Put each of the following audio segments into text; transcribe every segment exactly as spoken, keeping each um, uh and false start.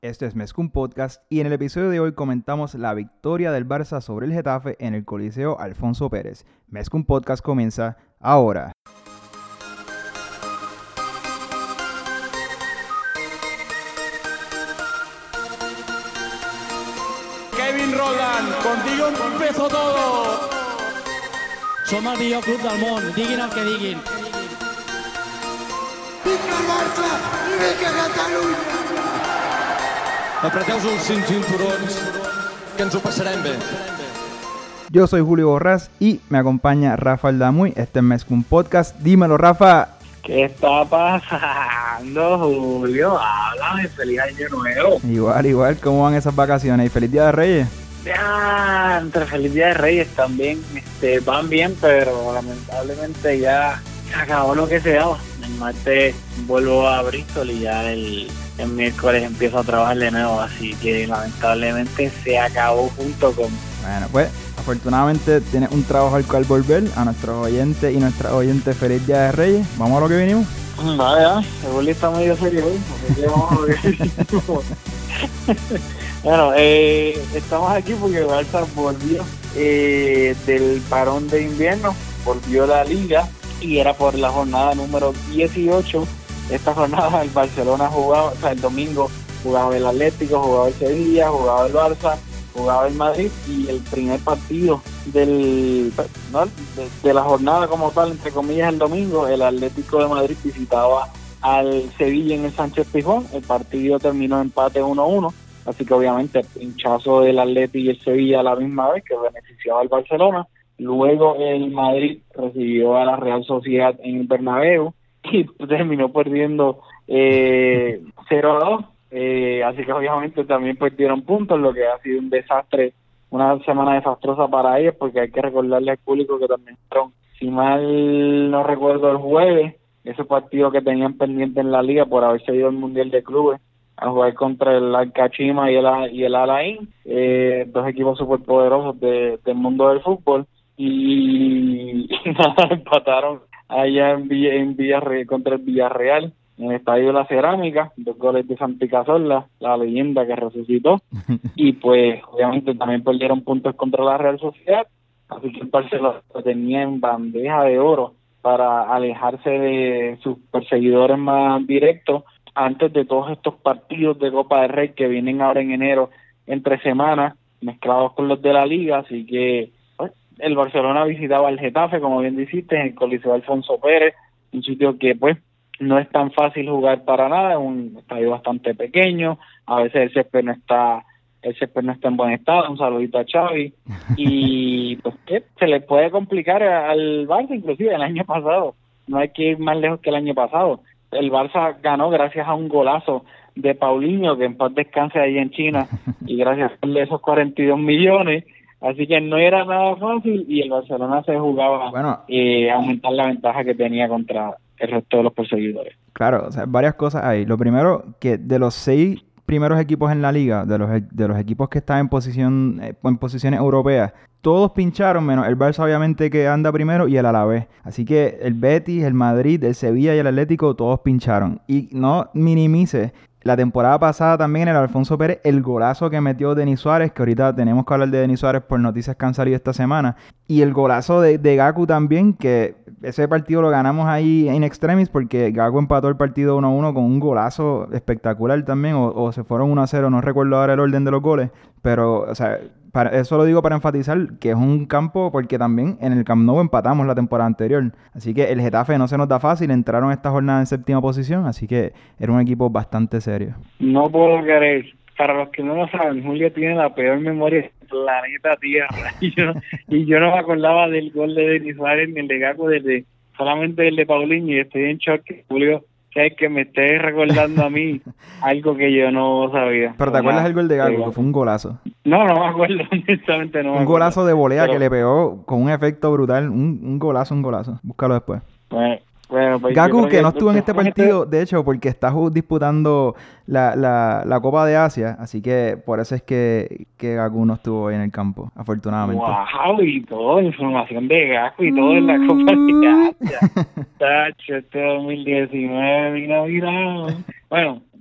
Esto es Mezcum Podcast y en el episodio de hoy comentamos la victoria del Barça sobre el Getafe en el Coliseo Alfonso Pérez. Mezcum Podcast comienza ahora. Kevin Roldán, contigo empezó todo. Som el millor club del món, diguin el que diguin. Vinga el Barça i vinga Catalunya! Apreteu-vos els cinc cinturons, que ens ho passarem bé. Yo soy Julio Borrás y me acompaña Rafael Damuy. Este es Mezcum Podcast. Dímelo, Rafa. ¿Qué está pasando, Julio? Háblame, feliz año nuevo. Igual, igual, ¿cómo van esas vacaciones? Y feliz Día de Reyes. Ya, entre feliz día de Reyes también, este, van bien, pero lamentablemente ya se acabó lo que se daba. El martes vuelvo a Bristol y ya el, el miércoles empiezo a trabajar de nuevo, así que lamentablemente se acabó junto con... Bueno, pues afortunadamente tienes un trabajo al cual volver. A nuestros oyentes y nuestras oyentes, feliz Día de Reyes. ¿Vamos a lo que vinimos? Vale, ya, el Julio está medio serio hoy, porque vamos a ver. Bueno, eh, estamos aquí porque el Barça volvió eh, del parón de invierno, volvió a la Liga y era por la jornada número dieciocho. Esta jornada el Barcelona jugaba, o sea, el domingo jugaba el Atlético, jugaba el Sevilla, jugaba el Barça, jugaba el Madrid y el primer partido del ¿no? de, de la jornada como tal, entre comillas, el domingo, el Atlético de Madrid visitaba al Sevilla en el Sánchez Pizjuán. El partido terminó empate uno uno. Así que obviamente el pinchazo del Atleti y el Sevilla a la misma vez, que beneficiaba al Barcelona. Luego el Madrid recibió a la Real Sociedad en el Bernabéu y terminó perdiendo eh, cero a dos. Eh, así que obviamente también perdieron puntos, lo que ha sido un desastre, una semana desastrosa para ellos, porque hay que recordarle al público que también fueron, si mal no recuerdo, el jueves, ese partido que tenían pendiente en la Liga por haberse ido al Mundial de Clubes, a jugar contra el Al-Kachima y el, y el Al-Ain, eh, dos equipos superpoderosos de, del mundo del fútbol, y, y nada, empataron allá en, Villa, en Villarreal, contra el Villarreal, en el Estadio de la Cerámica, dos goles de Santi Cazorla, la leyenda que resucitó, y pues obviamente también perdieron puntos contra la Real Sociedad, así que el Barcelona lo tenía en bandeja de oro para alejarse de sus perseguidores más directos, antes de todos estos partidos de Copa del Rey que vienen ahora en enero entre semanas, mezclados con los de la Liga. Así que pues, el Barcelona visitaba al Getafe, como bien dijiste, en el Coliseo Alfonso Pérez, un sitio que pues no es tan fácil jugar para nada, es un estadio bastante pequeño, a veces el césped no está el césped no está en buen estado. Un saludito a Xavi, y pues que se le puede complicar al Barça, inclusive el año pasado, no hay que ir más lejos que el año pasado. El Barça ganó gracias a un golazo de Paulinho, que en paz descanse ahí en China, y gracias a esos cuarenta y dos millones, así que no era nada fácil, y el Barcelona se jugaba bueno, eh, a aumentar la ventaja que tenía contra el resto de los perseguidores. Claro, o sea, varias cosas ahí. Lo primero, que de los seis primeros equipos en la liga, de los de los equipos que están en posición en posiciones europeas, todos pincharon, menos el Barça obviamente, que anda primero, y el Alavés. Así que el Betis, el Madrid, el Sevilla y el Atlético todos pincharon. Y no minimice la temporada pasada también en el Alfonso Pérez, el golazo que metió Denis Suárez, que ahorita tenemos que hablar de Denis Suárez por noticias que han salido esta semana, y el golazo de, de Gaku también, que ese partido lo ganamos ahí in extremis porque Gaku empató el partido uno a uno con un golazo espectacular también, o, o se fueron uno a cero, no recuerdo ahora el orden de los goles, pero o sea, para, eso lo digo para enfatizar que es un campo, porque también en el Camp Nou empatamos la temporada anterior, así que el Getafe no se nos da fácil, entraron esta jornada en séptima posición, así que era un equipo bastante serio. No puedo creer, para los que no lo saben, Julio tiene la peor memoria del planeta Tierra, y yo, y yo no me acordaba del gol de Denis Suárez ni el de Gaku, desde solamente el de Paulinho, y estoy en shock que Julio, que que me esté recordando a mí algo que yo no sabía. ¿Pero te acuerdas del gol de Gaku? Que fue un golazo. No, no me acuerdo, honestamente no me Un acuerdo. golazo de volea, Pero, que le pegó con un efecto brutal, un, un golazo, un golazo. Búscalo después. Bueno, bueno, pues Gaku, que, que no estuvo en este después partido, de hecho, porque está ju- disputando la, la, la Copa de Asia, así que por eso es que, que Gaku no estuvo hoy en el campo, afortunadamente. Wow, y todo, información de Gaku y todo en la Copa de Asia. Tacho, este dos mil diecinueve, mira, mira. Bueno,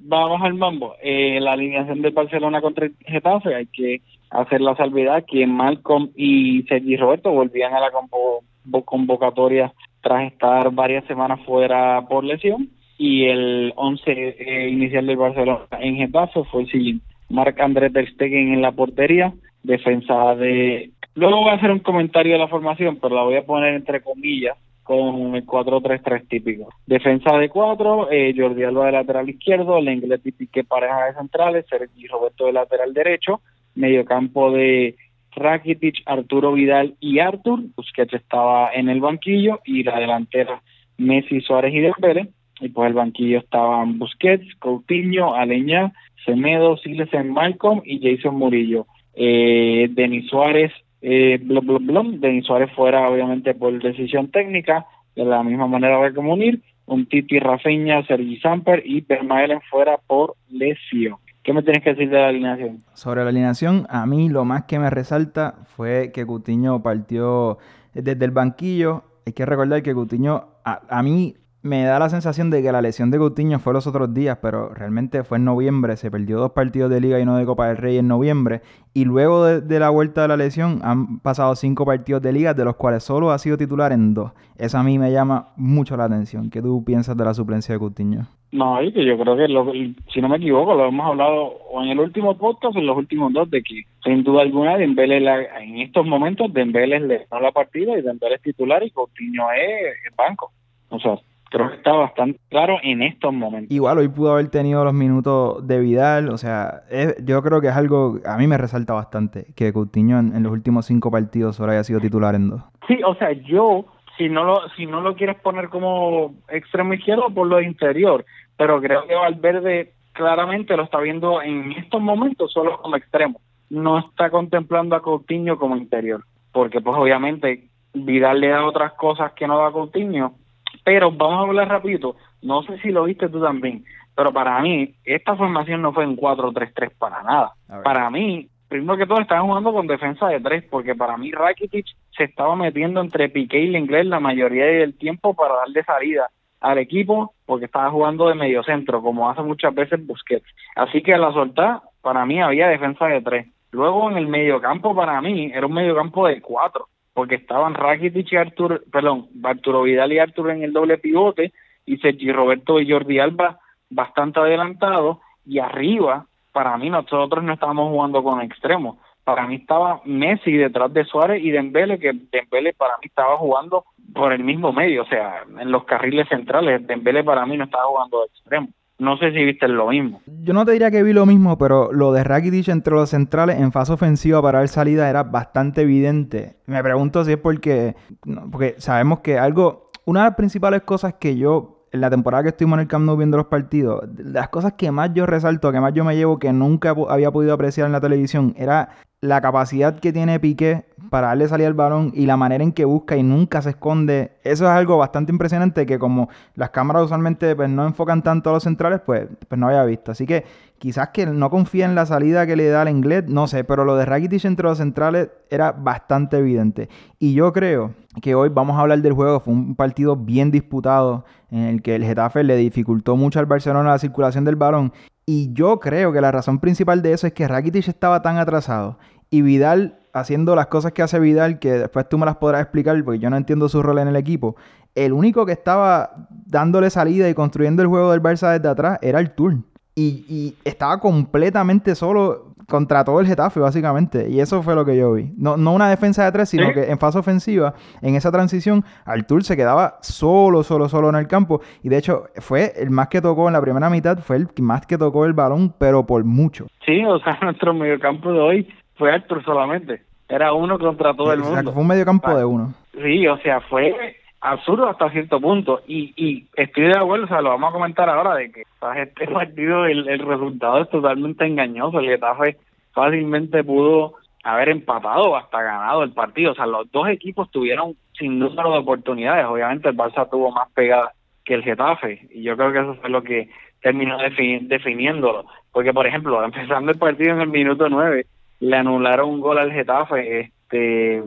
vamos al mambo. Eh, la alineación del Barcelona contra el Getafe, hay que hacer la salvedad que Malcolm y Sergi Roberto volvían a la convo- convocatoria tras estar varias semanas fuera por lesión, y el once eh, inicial del Barcelona en Getafe fue el siguiente: Marc-André ter Stegen en la portería, defensa de... Luego voy a hacer un comentario de la formación, pero la voy a poner entre comillas, con el cuatro tres tres típico. Defensa de cuatro, eh, Jordi Alba de lateral izquierdo, Lenglet y Piqué pareja de centrales, Sergi Roberto de lateral derecho, mediocampo de Rakitic, Arturo Vidal y Artur, Busquets estaba en el banquillo, y la delantera Messi, Suárez y Dembélé, y pues el banquillo estaban Busquets, Coutinho, Aleñá, Semedo, Silesen, Malcolm y Jason Murillo. Eh, Denis Suárez, eh, blum, blum, blum. Denis Suárez fuera obviamente por decisión técnica, de la misma manera de Munir, un Titi, Rafinha, Sergi Samper y Vermaelen fuera por lesión. ¿Qué me tienes que decir de la alineación? Sobre la alineación, a mí lo más que me resalta fue que Coutinho partió desde el banquillo. Hay que recordar que Coutinho, a, a mí me da la sensación de que la lesión de Coutinho fue los otros días, pero realmente fue en noviembre. Se perdió dos partidos de Liga y uno de Copa del Rey en noviembre. Y luego de, de la vuelta de la lesión han pasado cinco partidos de Liga, de los cuales solo ha sido titular en dos. Eso a mí me llama mucho la atención. ¿Qué tú piensas de la suplencia de Coutinho? No, y que yo creo que, lo, si no me equivoco, lo hemos hablado o en el último podcast o en los últimos dos, de que sin duda alguna Dembélé la, en estos momentos Dembélé le ganó la partida y Dembélé es titular y Coutinho es el banco. O sea, creo que está bastante claro en estos momentos. Igual hoy pudo haber tenido los minutos de Vidal, o sea, es, yo creo que es algo, a mí me resalta bastante, que Coutinho en, en los últimos cinco partidos solo haya sido titular en dos. Sí, o sea, yo, si no lo si no lo quieres poner como extremo izquierdo, por lo interior, pero creo que Valverde claramente lo está viendo en estos momentos solo como extremo. No está contemplando a Coutinho como interior, porque pues obviamente Vidal le da otras cosas que no da Coutinho. Pero vamos a hablar rapidito, no sé si lo viste tú también, pero para mí esta formación no fue en cuatro tres tres para nada. Para mí, primero que todo, estaban jugando con defensa de tres, porque para mí Rakitic se estaba metiendo entre Piqué y Lenglet la mayoría del tiempo para darle salida al equipo, porque estaba jugando de mediocentro, como hace muchas veces Busquets. Así que a la soltada, para mí había defensa de tres. Luego en el mediocampo, para mí, era un mediocampo de cuatro, porque estaban Rakitic y Arturo, perdón, Arturo Vidal y Arturo en el doble pivote, y Sergi Roberto y Jordi Alba bastante adelantados, y arriba, para mí, nosotros no estábamos jugando con extremos. Para mí estaba Messi detrás de Suárez y Dembélé, que Dembélé para mí estaba jugando por el mismo medio, o sea, en los carriles centrales. Dembélé para mí no estaba jugando de extremo. No sé si viste lo mismo. Yo no te diría que vi lo mismo, pero lo de Rakitic entre los centrales en fase ofensiva para dar salida era bastante evidente. Me pregunto si es porque, no, porque sabemos que algo, una de las principales cosas que yo, en la temporada que estuvimos en el Camp Nou viendo los partidos, las cosas que más yo resalto, que más yo me llevo, que nunca había podido apreciar en la televisión, era la capacidad que tiene Piqué para darle salida al balón y la manera en que busca y nunca se esconde. Eso es algo bastante impresionante que, como las cámaras usualmente pues no enfocan tanto a los centrales, pues, pues no había visto. Así que quizás que no confía en la salida que le da al Lenglet, no sé, pero lo de Rakitic entre los centrales era bastante evidente. Y yo creo que hoy vamos a hablar del juego. Fue un partido bien disputado en el que el Getafe le dificultó mucho al Barcelona la circulación del balón. Y yo creo que la razón principal de eso es que Rakitic estaba tan atrasado y Vidal haciendo las cosas que hace Vidal, que después tú me las podrás explicar porque yo no entiendo su rol en el equipo. El único que estaba dándole salida y construyendo el juego del Barça desde atrás era Artur. Y, y estaba completamente solo contra todo el Getafe, básicamente. Y eso fue lo que yo vi. No, no una defensa de tres, sino ¿sí? que en fase ofensiva, en esa transición, Artur se quedaba solo, solo, solo en el campo. Y de hecho, fue el más que tocó en la primera mitad, fue el más que tocó el balón, pero por mucho. Sí, o sea, nuestro mediocampo de hoy fue Artur solamente. Era uno contra todo el mundo. Exacto, fue un mediocampo de uno. Sí, o sea, fue absurdo hasta cierto punto, y, y estoy de acuerdo, o sea, lo vamos a comentar ahora, de que o sea, este partido, el, el resultado es totalmente engañoso. El Getafe fácilmente pudo haber empatado o hasta ganado el partido. O sea, los dos equipos tuvieron sin número de oportunidades. Obviamente el Barça tuvo más pegada que el Getafe, y yo creo que eso fue lo que terminó defini- definiéndolo, porque por ejemplo, empezando el partido en el minuto nueve, le anularon un gol al Getafe este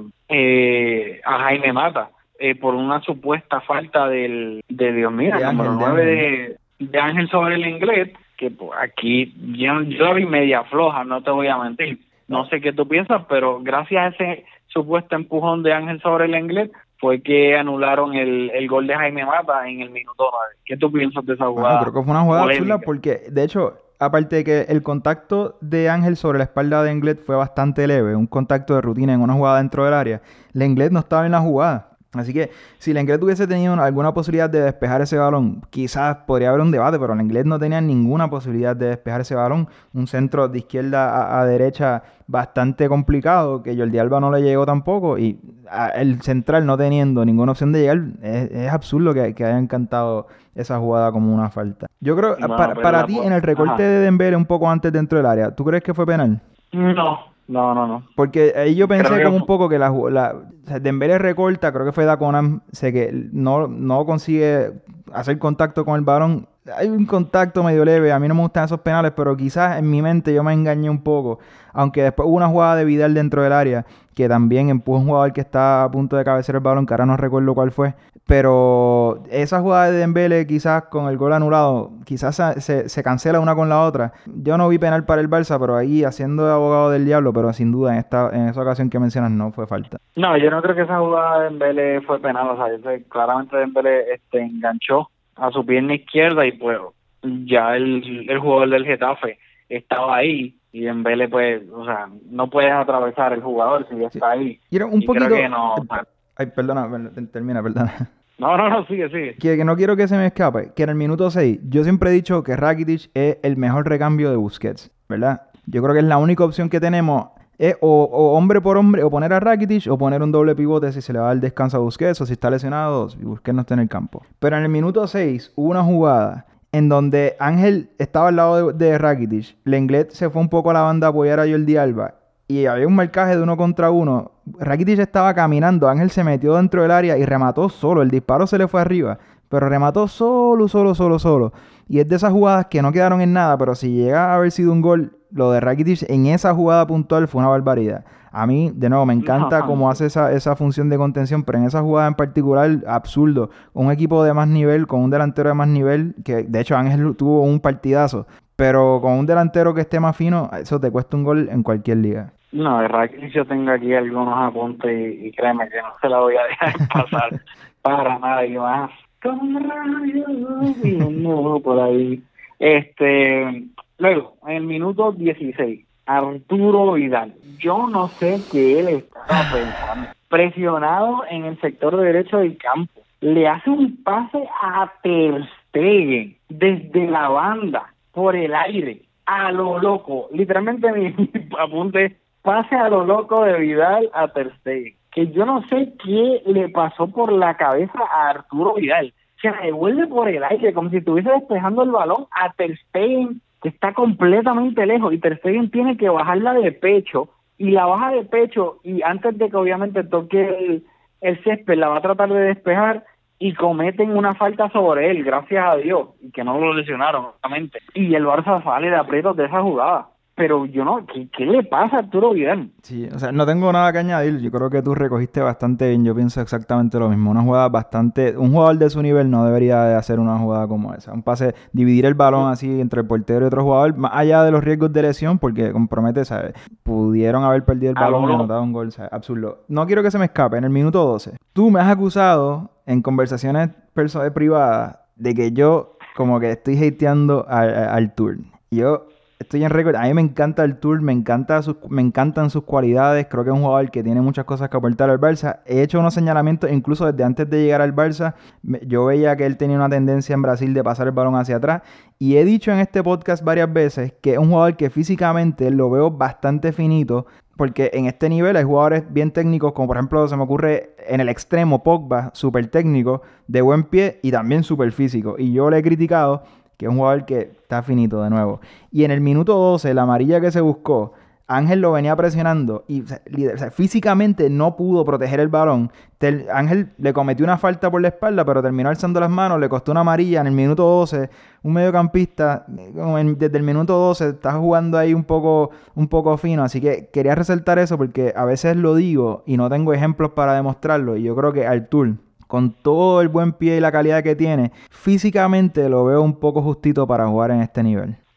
eh, a Jaime Mata, Eh, por una supuesta falta del de Dios mío, de número Ángel, nueve de, de, de Ángel sobre el Lenglet, que pues, aquí yo, yo la vi media floja, no te voy a mentir. No sé qué tú piensas, pero gracias a ese supuesto empujón de Ángel sobre el inglés fue que anularon el, el gol de Jaime Mata en el minuto nueve. ¿Qué tú piensas de esa jugada? Bueno, creo que fue una jugada polémica? absurda porque, de hecho, aparte de que el contacto de Ángel sobre la espalda de Lenglet fue bastante leve, un contacto de rutina en una jugada dentro del área, Lenglet no estaba en la jugada. Así que si Lenglet hubiese tenido alguna posibilidad de despejar ese balón, quizás podría haber un debate, pero Lenglet no tenía ninguna posibilidad de despejar ese balón. Un centro de izquierda a, a derecha bastante complicado, que Jordi Alba no le llegó tampoco, y a, el central no teniendo ninguna opción de llegar, es, es absurdo que, que hayan cantado esa jugada como una falta. Yo creo, Bueno, para, pero para la ti, po- en el recorte Ajá. de Dembélé un poco antes dentro del área, ¿tú crees que fue penal? No, no, no, no. Porque ahí yo pensé Creo que como un fu- poco que la, ju- la o sea, Dembélé recorta, creo que fue Daconam, sé que no, no consigue hacer contacto con el balón. Hay un contacto medio leve, a mí no me gustan esos penales, pero quizás en mi mente yo me engañé un poco. Aunque después hubo una jugada de Vidal dentro del área, que también empuja a un jugador que está a punto de cabecear el balón, que ahora no recuerdo cuál fue. Pero esa jugada de Dembélé, quizás con el gol anulado, quizás se, se, se cancela una con la otra. Yo no vi penal para el Barça, pero ahí haciendo de abogado del diablo, pero sin duda en esta en esa ocasión que mencionas no fue falta. No, yo no creo que esa jugada de Dembélé fue penal, o sea, yo sé, claramente Dembélé este, enganchó a su pierna izquierda y pues ya el, el jugador del Getafe estaba ahí y Dembélé pues, o sea, no puedes atravesar el jugador si ya está ahí. Y era un Y poquito... creo que no, o sea, Ay, perdona, perdona, termina, perdona. no, no, no, sigue, sigue. Que, que no quiero que se me escape, que en el minuto seis, yo siempre he dicho que Rakitic es el mejor recambio de Busquets, ¿verdad? Yo creo que es la única opción que tenemos, es o, o hombre por hombre, o poner a Rakitic, o poner un doble pivote si se le va el descanso a Busquets, o si está lesionado, si Busquets no está en el campo. Pero en el minuto seis hubo una jugada en donde Ángel estaba al lado de, de Rakitic, Lenglet se fue un poco a la banda a apoyar a Jordi Alba, y había un marcaje de uno contra uno. Rakitic estaba caminando, Ángel se metió dentro del área y remató solo. El disparo se le fue arriba, pero remató solo, solo, solo, solo. Y es de esas jugadas que no quedaron en nada, pero si llega a haber sido un gol, lo de Rakitic en esa jugada puntual fue una barbaridad. A mí, de nuevo, me encanta No. cómo hace esa, esa función de contención, pero en esa jugada en particular, absurdo. Un equipo de más nivel, con un delantero de más nivel, que de hecho Ángel tuvo un partidazo, pero con un delantero que esté más fino, eso te cuesta un gol en cualquier liga. No, de Rakitic yo tengo aquí algunos apuntes y, y créeme que no se la voy a dejar pasar para nada y más. Con rayos y un nudo por ahí. Este, luego, en el minuto dieciséis, Arturo Vidal. Yo no sé qué él estaba pensando. Presionado en el sector derecho del campo. Le hace un pase a Ter Stegen desde la banda, por el aire, a lo loco. Literalmente mi, mi apunte es pase a lo loco de Vidal a Ter Stegen. Que yo no sé qué le pasó por la cabeza a Arturo Vidal. Se devuelve por el aire como si estuviese despejando el balón a Ter Stegen, que está completamente lejos, y Ter Stegen tiene que bajarla de pecho, y la baja de pecho, y antes de que obviamente toque el, el césped, la va a tratar de despejar, y cometen una falta sobre él, gracias a Dios, y que no lo lesionaron, obviamente. Y el Barça sale de aprietos de esa jugada. Pero yo no, ¿qué, qué le pasa a Arturo Vidal? Sí, o sea, no tengo nada que añadir. Yo creo que tú recogiste bastante bien. Yo pienso exactamente lo mismo. Una jugada bastante... Un jugador de su nivel no debería de hacer una jugada como esa. Un pase, dividir el balón así entre el portero y otro jugador, más allá de los riesgos de lesión, porque compromete, ¿sabes? Pudieron haber perdido el balón y anotado un gol, ¿sabes? Absurdo. No quiero que se me escape. En el minuto doce, tú me has acusado en conversaciones perso- privadas de que yo como que estoy hateando al, al Tour. Yo... Estoy en récord. A mí me encanta el Tour, me, encanta sus, me encantan sus cualidades. Creo que es un jugador que tiene muchas cosas que aportar al Barça. He hecho unos señalamientos, incluso desde antes de llegar al Barça. Me, yo veía que él tenía una tendencia en Brasil de pasar el balón hacia atrás. Y he dicho en este podcast varias veces que es un jugador que físicamente lo veo bastante finito. Porque en este nivel hay jugadores bien técnicos, como por ejemplo se me ocurre en el extremo Pogba, súper técnico, de buen pie y también súper físico. Y yo le he criticado que es un jugador que está finito de nuevo. Y en el minuto doce, la amarilla que se buscó, Ángel lo venía presionando y o sea, o sea, físicamente no pudo proteger el balón. Ter, Ángel le cometió una falta por la espalda, pero terminó alzando las manos, le costó una amarilla en el minuto doce. Un mediocampista, desde el minuto doce, está jugando ahí un poco, un poco fino. Así que quería resaltar eso porque a veces lo digo y no tengo ejemplos para demostrarlo. Y yo creo que Artur, con todo el buen pie y la calidad que tiene, físicamente lo veo un poco justito para jugar en este nivel.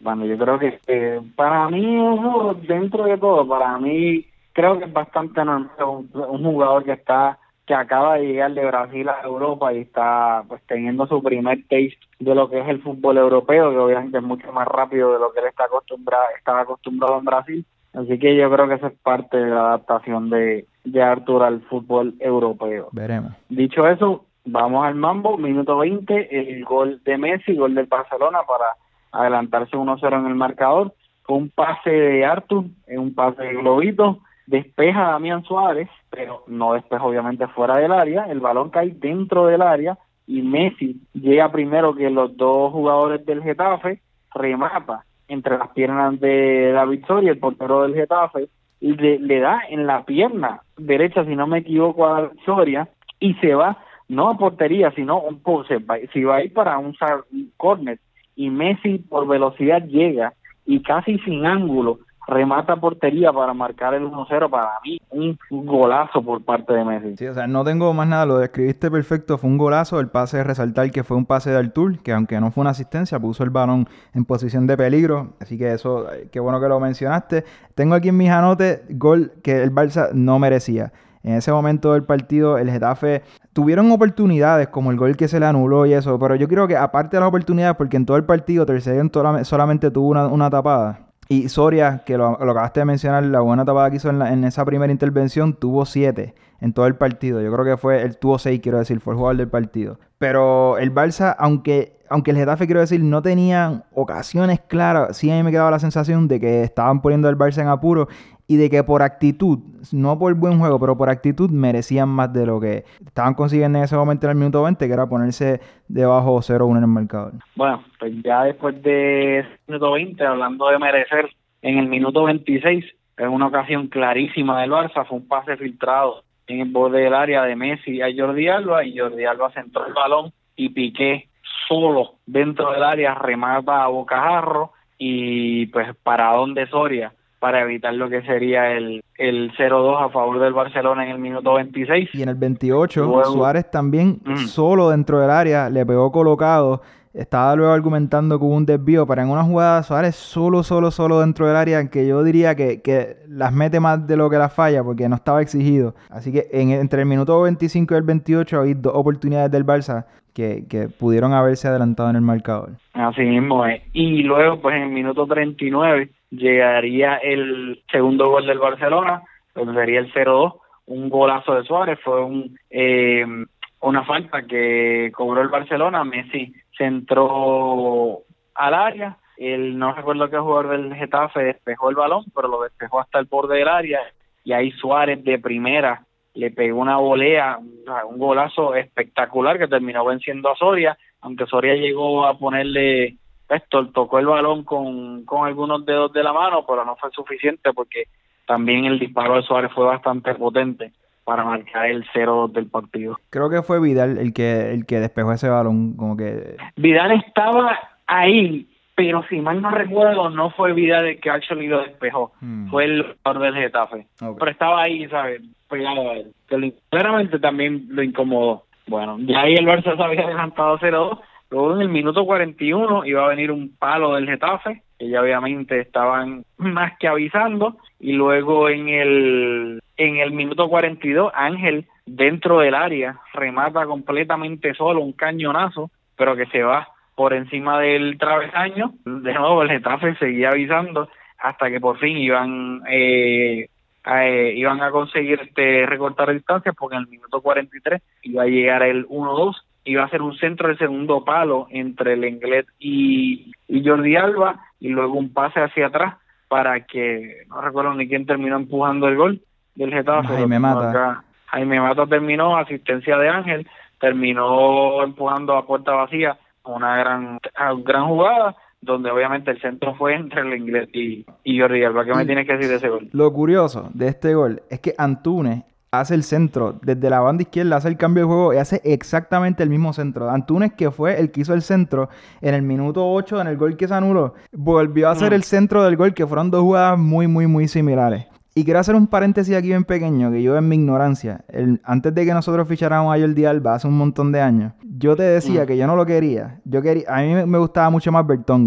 Bueno, yo creo que eh, para mí, eso, dentro de todo, para mí creo que es bastante normal un, un jugador que está que acaba de llegar de Brasil a Europa y está pues teniendo su primer taste de lo que es el fútbol europeo, que obviamente es mucho más rápido de lo que él está acostumbrado, estaba acostumbrado en Brasil. Así que yo creo que eso es parte de la adaptación de, de Arthur al fútbol europeo. Veremos. Dicho eso, vamos al mambo, minuto veinte, el gol de Messi, gol del Barcelona para adelantarse uno cero en el marcador. Fue un pase de Arthur, un pase de globito, despeja a Damián Suárez, pero no despeja obviamente fuera del área, el balón cae dentro del área y Messi llega primero que los dos jugadores del Getafe, remata entre las piernas de David Soria, el portero del Getafe, y le, le da en la pierna derecha, si no me equivoco, a David Soria, y se va, no a portería, sino un pose, si va a ir para un, un córner, y Messi por velocidad llega, y casi sin ángulo, remata portería para marcar el uno cero. Para mí, un golazo por parte de Messi. Sí, o sea, no tengo más nada, lo describiste perfecto, fue un golazo, el pase de resaltar que fue un pase de Artur, que aunque no fue una asistencia, puso el balón en posición de peligro, así que eso, qué bueno que lo mencionaste. Tengo aquí en mis anotes, gol que el Barça no merecía. En ese momento del partido, el Getafe tuvieron oportunidades, como el gol que se le anuló y eso, pero yo creo que aparte de las oportunidades, porque en todo el partido Ter Stegen solamente tuvo una, una tapada, y Soria, que lo, lo acabaste de mencionar, la buena tapada que hizo en, la, en esa primera intervención, tuvo siete en todo el partido. Yo creo que fue, él tuvo seis, quiero decir, fue el jugador del partido. Pero el Barça, aunque, aunque el Getafe, quiero decir, no tenían ocasiones claras, sí a mí me quedaba la sensación de que estaban poniendo al Barça en apuro y de que por actitud, no por buen juego, pero por actitud merecían más de lo que estaban consiguiendo en ese momento en el minuto veinte, que era ponerse debajo cero uno en el marcador. Bueno, pues ya después de ese minuto veinte, hablando de merecer, en el minuto veintiséis, en una ocasión clarísima del Barça, fue un pase filtrado en el borde del área de Messi a Jordi Alba, y Jordi Alba centró el balón y Piqué solo dentro del área remata a bocajarro y pues paradón de Soria para evitar lo que sería el, el cero dos a favor del Barcelona en el minuto veintiséis. Y en el veintiocho, luego, Suárez también mm. solo dentro del área, le pegó colocado, estaba luego argumentando que hubo un desvío, pero en una jugada Suárez solo, solo, solo dentro del área, que yo diría que, que las mete más de lo que las falla, porque no estaba exigido. Así que en, entre el minuto veinticinco y el veintiocho hay dos oportunidades del Barça que, que pudieron haberse adelantado en el marcador. Así mismo es. Y luego, pues en el minuto treinta y nueve, llegaría el segundo gol del Barcelona, pues sería el cero dos, un golazo de Suárez, fue un eh, una falta que cobró el Barcelona, Messi se entró al área, el no recuerdo qué jugador del Getafe despejó el balón, pero lo despejó hasta el borde del área, y ahí Suárez de primera le pegó una volea, un golazo espectacular que terminó venciendo a Soria, aunque Soria llegó a ponerle... Esto tocó el balón con, con algunos dedos de la mano, pero no fue suficiente porque también el disparo de Suárez fue bastante potente para marcar el cero dos del partido. Creo que fue Vidal el que el que despejó ese balón, como que... Vidal estaba ahí, pero si mal no recuerdo, no fue Vidal el que actually lo despejó, hmm. fue el jugador del Getafe. Okay. Pero estaba ahí, ¿sabes? Pegado a él. Que claramente también lo incomodó. Bueno, ya ahí el Barça se había adelantado cero dos. Luego en el minuto cuarenta y uno iba a venir un palo del Getafe, que ya obviamente estaban más que avisando, y luego en el en el minuto cuarenta y dos Ángel dentro del área remata completamente solo un cañonazo, pero que se va por encima del travesaño. De nuevo el Getafe seguía avisando hasta que por fin iban eh, a, eh, iban a conseguir este recortar distancias, porque en el minuto cuarenta y tres iba a llegar el uno dos. Iba a ser un centro de segundo palo entre el Lenglet y, y Jordi Alba, y luego un pase hacia atrás para que, no recuerdo ni quién terminó empujando el gol del Getafe. Jaime Mata. Acá. Jaime Mata terminó, asistencia de Ángel, terminó empujando a puerta vacía una gran, gran jugada, donde obviamente el centro fue entre el Lenglet y, y Jordi Alba. ¿Qué me tienes que decir de ese gol? Lo curioso de este gol es que Antúnez hace el centro, desde la banda izquierda hace el cambio de juego y hace exactamente el mismo centro. Antúnez, que fue el que hizo el centro en el minuto ocho en el gol que se anuló, volvió a hacer el centro del gol, que fueron dos jugadas muy, muy, muy similares. Y quiero hacer un paréntesis aquí bien pequeño, que yo en mi ignorancia, el, antes de que nosotros ficháramos a Jordi Alba hace un montón de años, yo te decía mm. que yo no lo quería. Yo quería, a mí me gustaba mucho más Vertonghen.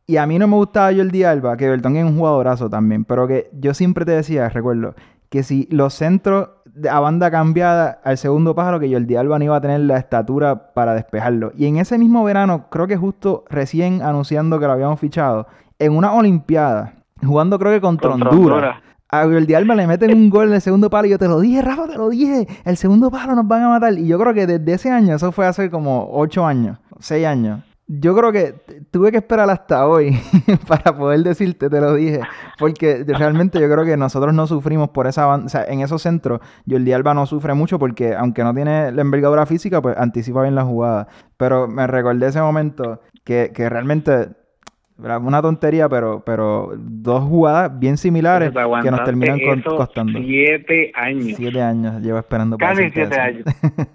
Y a mí no me gustaba Jordi Alba, que Bertón es un jugadorazo también, pero que yo siempre te decía, recuerdo, que si los centros a banda cambiada al segundo pájaro, que Jordi Alba no iba a tener la estatura para despejarlo. Y en ese mismo verano, creo que justo recién anunciando que lo habíamos fichado, en una olimpiada, jugando creo que contra, contra Honduras, Honduras, a Jordi Alba le meten un gol en el segundo palo y yo te lo dije, Rafa, te lo dije, el segundo palo nos van a matar. Y yo creo que desde ese año, eso fue hace como ocho años, seis años. Yo creo que tuve que esperar hasta hoy para poder decirte, te lo dije, porque realmente yo creo que nosotros no sufrimos por esa banda, o sea, en esos centros Jordi Alba no sufre mucho porque aunque no tiene la envergadura física, pues anticipa bien la jugada. Pero me recordé ese momento que, que realmente una tontería, pero pero dos jugadas bien similares que nos terminan co- costando. Siete años. Siete años llevo esperando. Casi siete años.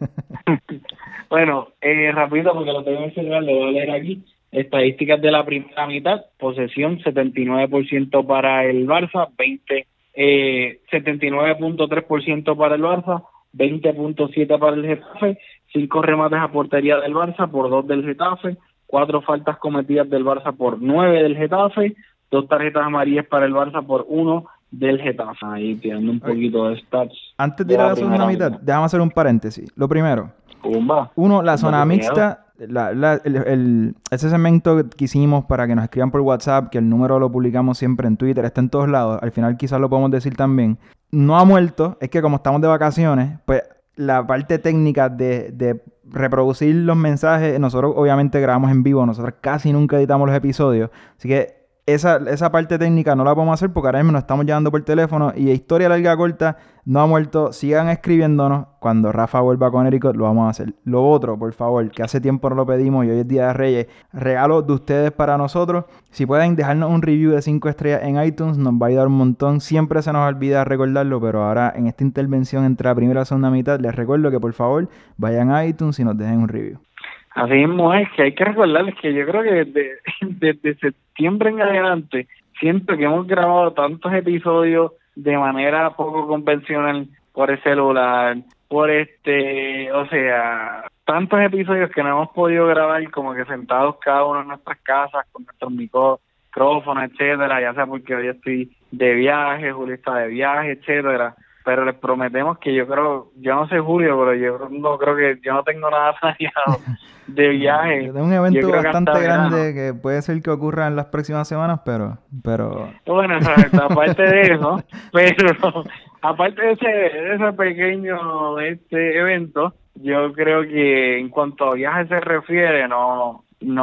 Bueno, eh, rápido porque lo tengo en el celular, lo voy a leer aquí. Estadísticas de la primera mitad: posesión setenta y nueve por ciento para el Barça, veinte, eh, setenta y nueve punto tres por ciento para el Barça, veinte punto siete por ciento para el Getafe, cinco remates a portería del Barça por dos del Getafe, cuatro faltas cometidas del Barça por nueve del Getafe, dos tarjetas amarillas para el Barça por uno del Getafe. Ahí tirando un poquito de stats. Antes de ir a la segunda mitad, déjame hacer un paréntesis. Lo primero, Pumba. uno, la zona mixta, la, la, el, el, ese segmento que hicimos para que nos escriban por WhatsApp, que el número lo publicamos siempre en Twitter, está en todos lados, al final quizás lo podemos decir también, no ha muerto, es que como estamos de vacaciones, pues la parte técnica de, de reproducir los mensajes, nosotros obviamente grabamos en vivo, nosotros casi nunca editamos los episodios, así que esa, esa parte técnica no la podemos hacer porque ahora mismo nos estamos llamando por teléfono y historia larga corta, no ha muerto, sigan escribiéndonos, cuando Rafa vuelva con Érico lo vamos a hacer. Lo otro, por favor, que hace tiempo no lo pedimos y hoy es Día de Reyes, regalo de ustedes para nosotros, si pueden dejarnos un review de cinco estrellas en iTunes, nos va a ayudar un montón, siempre se nos olvida recordarlo, pero ahora en esta intervención entre la primera y la segunda mitad, les recuerdo que por favor vayan a iTunes y nos dejen un review. Así mismo es, que hay que recordarles que yo creo que desde, desde septiembre en adelante siento que hemos grabado tantos episodios de manera poco convencional por el celular, por este, o sea, tantos episodios que no hemos podido grabar como que sentados cada uno en nuestras casas con nuestros micrófonos, etcétera, ya sea porque hoy estoy de viaje, Julio está de viaje, etcétera. Pero les prometemos que yo creo, yo no sé Julio, pero yo no creo que, yo no tengo nada planeado de viaje. Yo tengo un evento bastante grande que puede ser que ocurra en las próximas semanas, pero... pero... Bueno, exacto, aparte de eso, pero aparte de ese, de ese pequeño este evento, yo creo que en cuanto a viajes se refiere, no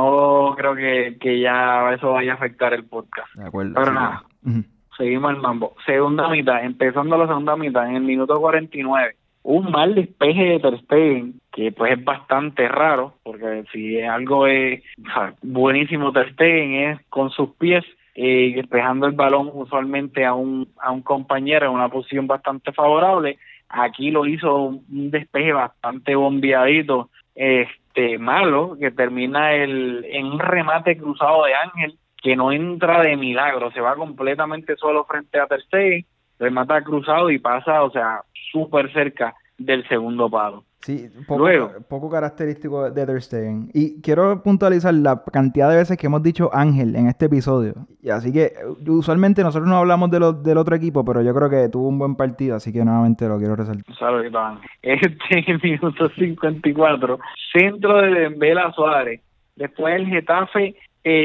no creo que, que ya eso vaya a afectar el podcast. De acuerdo. Pero sí, nada. Uh-huh. Seguimos el mambo. Segunda mitad, empezando la segunda mitad, en el minuto cuarenta y nueve, un mal despeje de Ter Stegen, que pues es bastante raro, porque si algo es o sea, buenísimo Ter Stegen es con sus pies, eh, despejando el balón usualmente a un a un compañero en una posición bastante favorable. Aquí lo hizo un despeje bastante bombeadito, este malo, que termina el en un remate cruzado de Ángel, que no entra de milagro, se va completamente solo frente a Ter Stegen, remata cruzado y pasa, o sea, súper cerca del segundo palo. Sí, poco, Luego, poco característico de Ter Stegen. Y quiero puntualizar la cantidad de veces que hemos dicho Ángel en este episodio. Y así que usualmente nosotros no hablamos de lo, del otro equipo, pero yo creo que tuvo un buen partido, así que nuevamente lo quiero resaltar. Un saludito a Ángel. Este en minuto cincuenta y cuatro, centro de Dembélé a Suárez. Después el Getafe,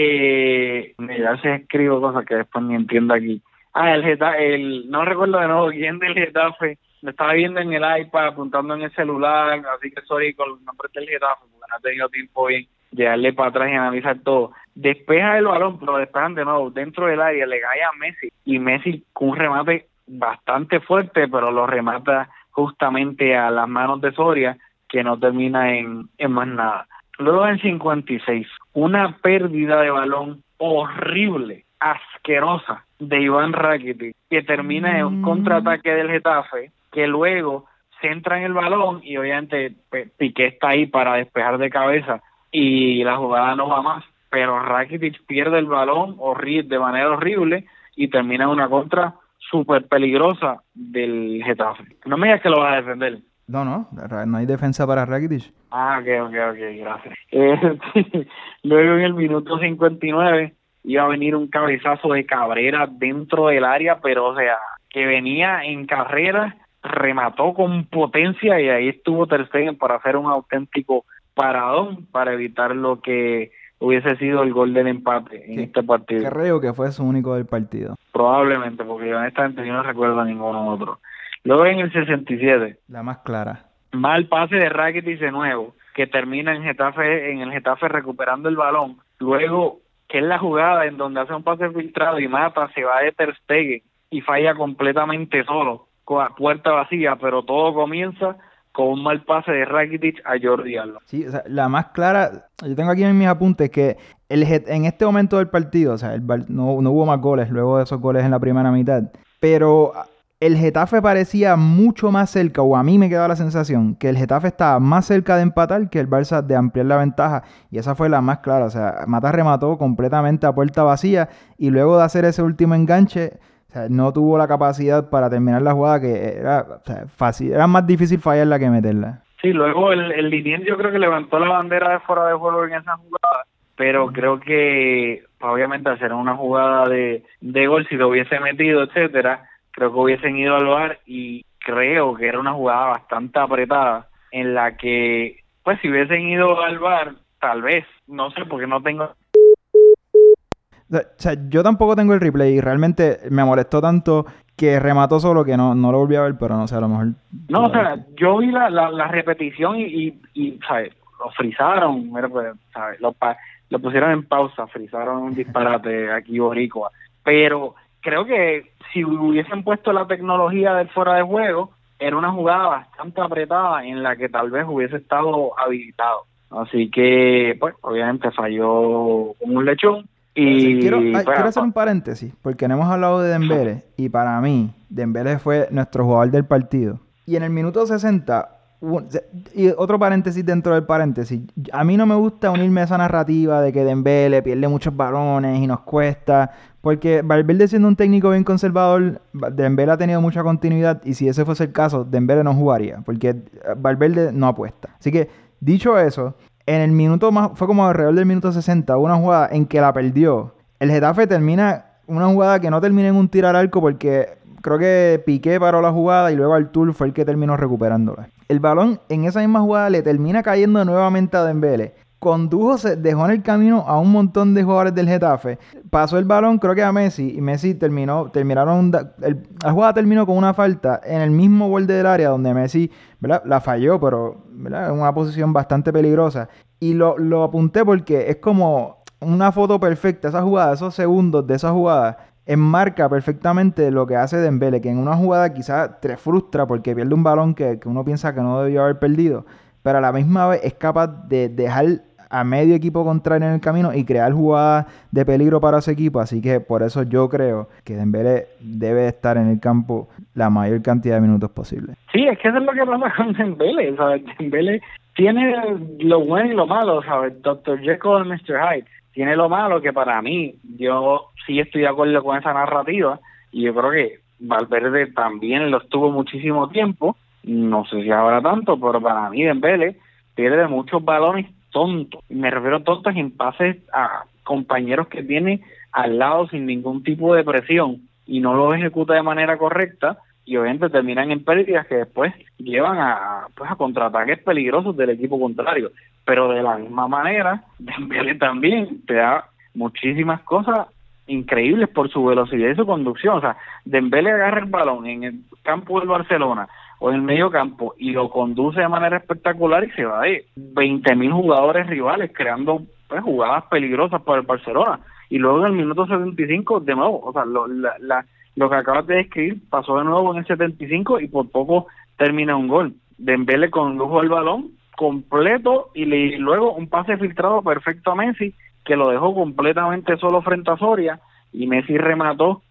eh, ya se escribo cosas que después ni entiendo aquí. Ah, el Getafe, el, no recuerdo de nuevo quién del Getafe, lo estaba viendo en el iPad, apuntando en el celular, así que sorry con los nombres del Getafe, porque no he tenido tiempo bien de darle para atrás y analizar todo. Despeja el balón, pero despejan de nuevo dentro del área, le cae a Messi, y Messi con un remate bastante fuerte, pero lo remata justamente a las manos de Soria, que no termina en, en más nada. Luego en cincuenta y seis, una pérdida de balón horrible, asquerosa, de Iván Rakitic, que termina en un contraataque del Getafe, que luego centra en el balón y obviamente Piqué está ahí para despejar de cabeza y la jugada no va más, pero Rakitic pierde el balón horrible, de manera horrible y termina en una contra súper peligrosa del Getafe. No me digas que lo vas a defender. No, no, no hay defensa para Rakitic. Ah, ok, ok, ok, gracias. Eh, luego en el minuto cincuenta y nueve, iba a venir un cabezazo de Cabrera dentro del área, pero o sea, que venía en carrera, remató con potencia y ahí estuvo Ter Stegen para hacer un auténtico paradón para evitar lo que hubiese sido el gol del empate en Sí, este partido. Creo que fue su único del partido. Probablemente, porque honestamente yo no recuerdo a ninguno otro. Luego en el sesenta y siete, La más clara. mal pase de Rakitic de nuevo, que termina en Getafe, en el Getafe recuperando el balón. Luego, que es la jugada en donde hace un pase filtrado y Mata, se va de Ter Stegen y falla completamente solo, con la puerta vacía, pero todo comienza con un mal pase de Rakitic a Jordi Alba. Sí, o sea, la más clara, yo tengo aquí en mis apuntes que el, Get- en este momento del partido, o sea, el, Bar- no, no hubo más goles luego de esos goles en la primera mitad, pero el Getafe parecía mucho más cerca, o a mí me quedaba la sensación, que el Getafe estaba más cerca de empatar que el Barça de ampliar la ventaja, y esa fue la más clara, o sea, Mata remató completamente a puerta vacía, y luego de hacer ese último enganche, o sea, no tuvo la capacidad para terminar la jugada, que era, o sea, fácil, era más difícil fallarla que meterla. Sí, luego el, el linier yo creo que levantó la bandera de fuera de juego en esa jugada, pero creo que pues, obviamente al ser una jugada de, de gol, si lo hubiese metido, etcétera, creo que hubiesen ido al V A R y creo que era una jugada bastante apretada en la que, pues si hubiesen ido al V A R, tal vez, no sé, porque no tengo... O sea, o sea, yo tampoco tengo el replay y realmente me molestó tanto que remató solo que no, no lo volví a ver, pero no sé, a lo mejor... No, o sea, yo vi la, la, la repetición y, y, y, ¿sabes? Lo frizaron, mira, pues, ¿sabes? Lo, pa- lo pusieron en pausa, frizaron un disparate aquí boricua, pero creo que si hubiesen puesto la tecnología del fuera de juego, era una jugada bastante apretada en la que tal vez hubiese estado habilitado. Así que, pues, obviamente falló como un lechón. Y quiero, ay, pues, quiero hacer un paréntesis, porque no hemos hablado de Dembélé, y para mí, Dembélé fue nuestro jugador del partido. Y en el minuto sesenta, un- y otro paréntesis dentro del paréntesis, a mí no me gusta unirme a esa narrativa de que Dembélé pierde muchos balones y nos cuesta, porque Valverde siendo un técnico bien conservador, Dembélé ha tenido mucha continuidad, y si ese fuese el caso, Dembélé no jugaría, porque Valverde no apuesta. Así que, dicho eso, en el minuto más, fue como alrededor del minuto sesenta, hubo una jugada en que la perdió. El Getafe termina una jugada que no termina en un tiro al arco porque creo que Piqué paró la jugada y luego Artur fue el que terminó recuperándola. El balón en esa misma jugada le termina cayendo nuevamente a Dembélé. Condujo, se dejó en el camino a un montón de jugadores del Getafe. Pasó el balón, creo que a Messi, y Messi terminó, terminaron, da- el- la jugada terminó con una falta en el mismo borde del área donde Messi, ¿verdad?, la falló, pero, ¿verdad?, en una posición bastante peligrosa. Y lo, lo apunté porque es como una foto perfecta, esa jugada, esos segundos de esa jugada, enmarca perfectamente lo que hace Dembélé, que en una jugada quizás te frustra porque pierde un balón que, que uno piensa que no debió haber perdido, pero a la misma vez es capaz de dejar a medio equipo contrario en el camino y crear jugadas de peligro para su equipo, así que por eso yo creo que Dembélé debe estar en el campo la mayor cantidad de minutos posible. sí, es que eso es lo que pasa con Dembélé, ¿sabes? Dembélé tiene lo bueno y lo malo, ¿sabes? doctor Jekyll y mister Hyde. Tiene lo malo que para mí, yo sí estoy de acuerdo con esa narrativa, y yo creo que Valverde también lo estuvo muchísimo tiempo, no sé si ahora tanto, pero para mí Dembélé pierde muchos balones tontos, me refiero a tontos en pases a compañeros que tiene al lado sin ningún tipo de presión, y no lo ejecuta de manera correcta, y obviamente terminan en pérdidas que después llevan a, pues, a contraataques peligrosos del equipo contrario. Pero de la misma manera, Dembélé también te da muchísimas cosas increíbles por su velocidad y su conducción. O sea, Dembélé agarra el balón en el campo del Barcelona o en el medio campo y lo conduce de manera espectacular y se va de veinte mil jugadores rivales creando, pues, jugadas peligrosas para el Barcelona. Y luego en el minuto setenta y cinco, de nuevo, o sea, lo, la, la, lo que acabas de describir pasó de nuevo en el setenta y cinco y por poco termina un gol. Dembélé condujo el balón completo y, le, y luego un pase filtrado perfecto a Messi que lo dejó completamente solo frente a Soria, y Messi remató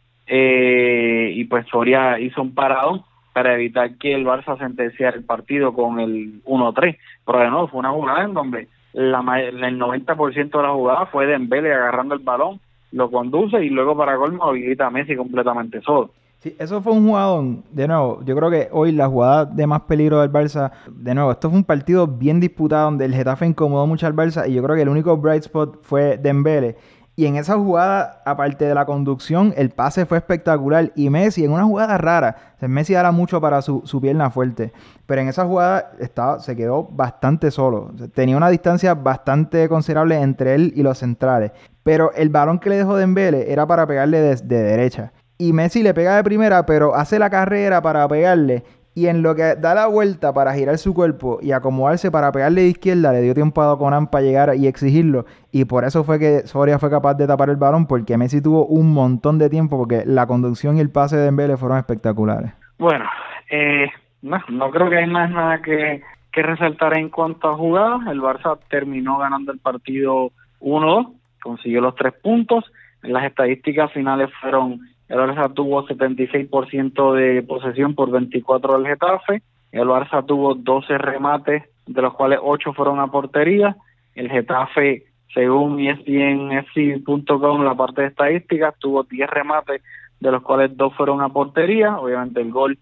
eh, y pues Soria hizo un paradón para evitar que el Barça sentenciara el partido con el uno tres, pero de nuevo fue una jugada en donde la, el noventa por ciento de la jugada fue Dembélé agarrando el balón, lo conduce y luego para colmo habilita a Messi completamente solo. Sí, eso fue un jugadón, de nuevo, yo creo que hoy la jugada de más peligro del Barça, de nuevo, esto fue un partido bien disputado donde el Getafe incomodó mucho al Barça y yo creo que el único bright spot fue Dembélé. Y en esa jugada, aparte de la conducción, el pase fue espectacular. Y Messi, en una jugada rara, o sea, Messi era mucho para su, su pierna fuerte, pero en esa jugada estaba, se quedó bastante solo. O sea, tenía una distancia bastante considerable entre él y los centrales. Pero el balón que le dejó Dembélé era para pegarle de, de derecha. Y Messi le pega de primera, pero hace la carrera para pegarle. Y en lo que da la vuelta para girar su cuerpo y acomodarse para pegarle de izquierda, le dio tiempo a Doconan para llegar y exigirlo. Y por eso fue que Soria fue capaz de tapar el balón, porque Messi tuvo un montón de tiempo, porque la conducción y el pase de Dembélé fueron espectaculares. Bueno, eh, no, no creo que hay más nada que, que resaltar en cuanto a jugadas. El Barça terminó ganando el partido uno dos, consiguió los tres puntos. Las estadísticas finales fueron: el Barça tuvo setenta y seis por ciento de posesión por veinticuatro del Getafe. El Barça tuvo doce remates, de los cuales ocho fueron a portería. El Getafe, según E S P N F C punto com, la parte de estadísticas, tuvo diez remates, de los cuales dos fueron a portería. Obviamente el gol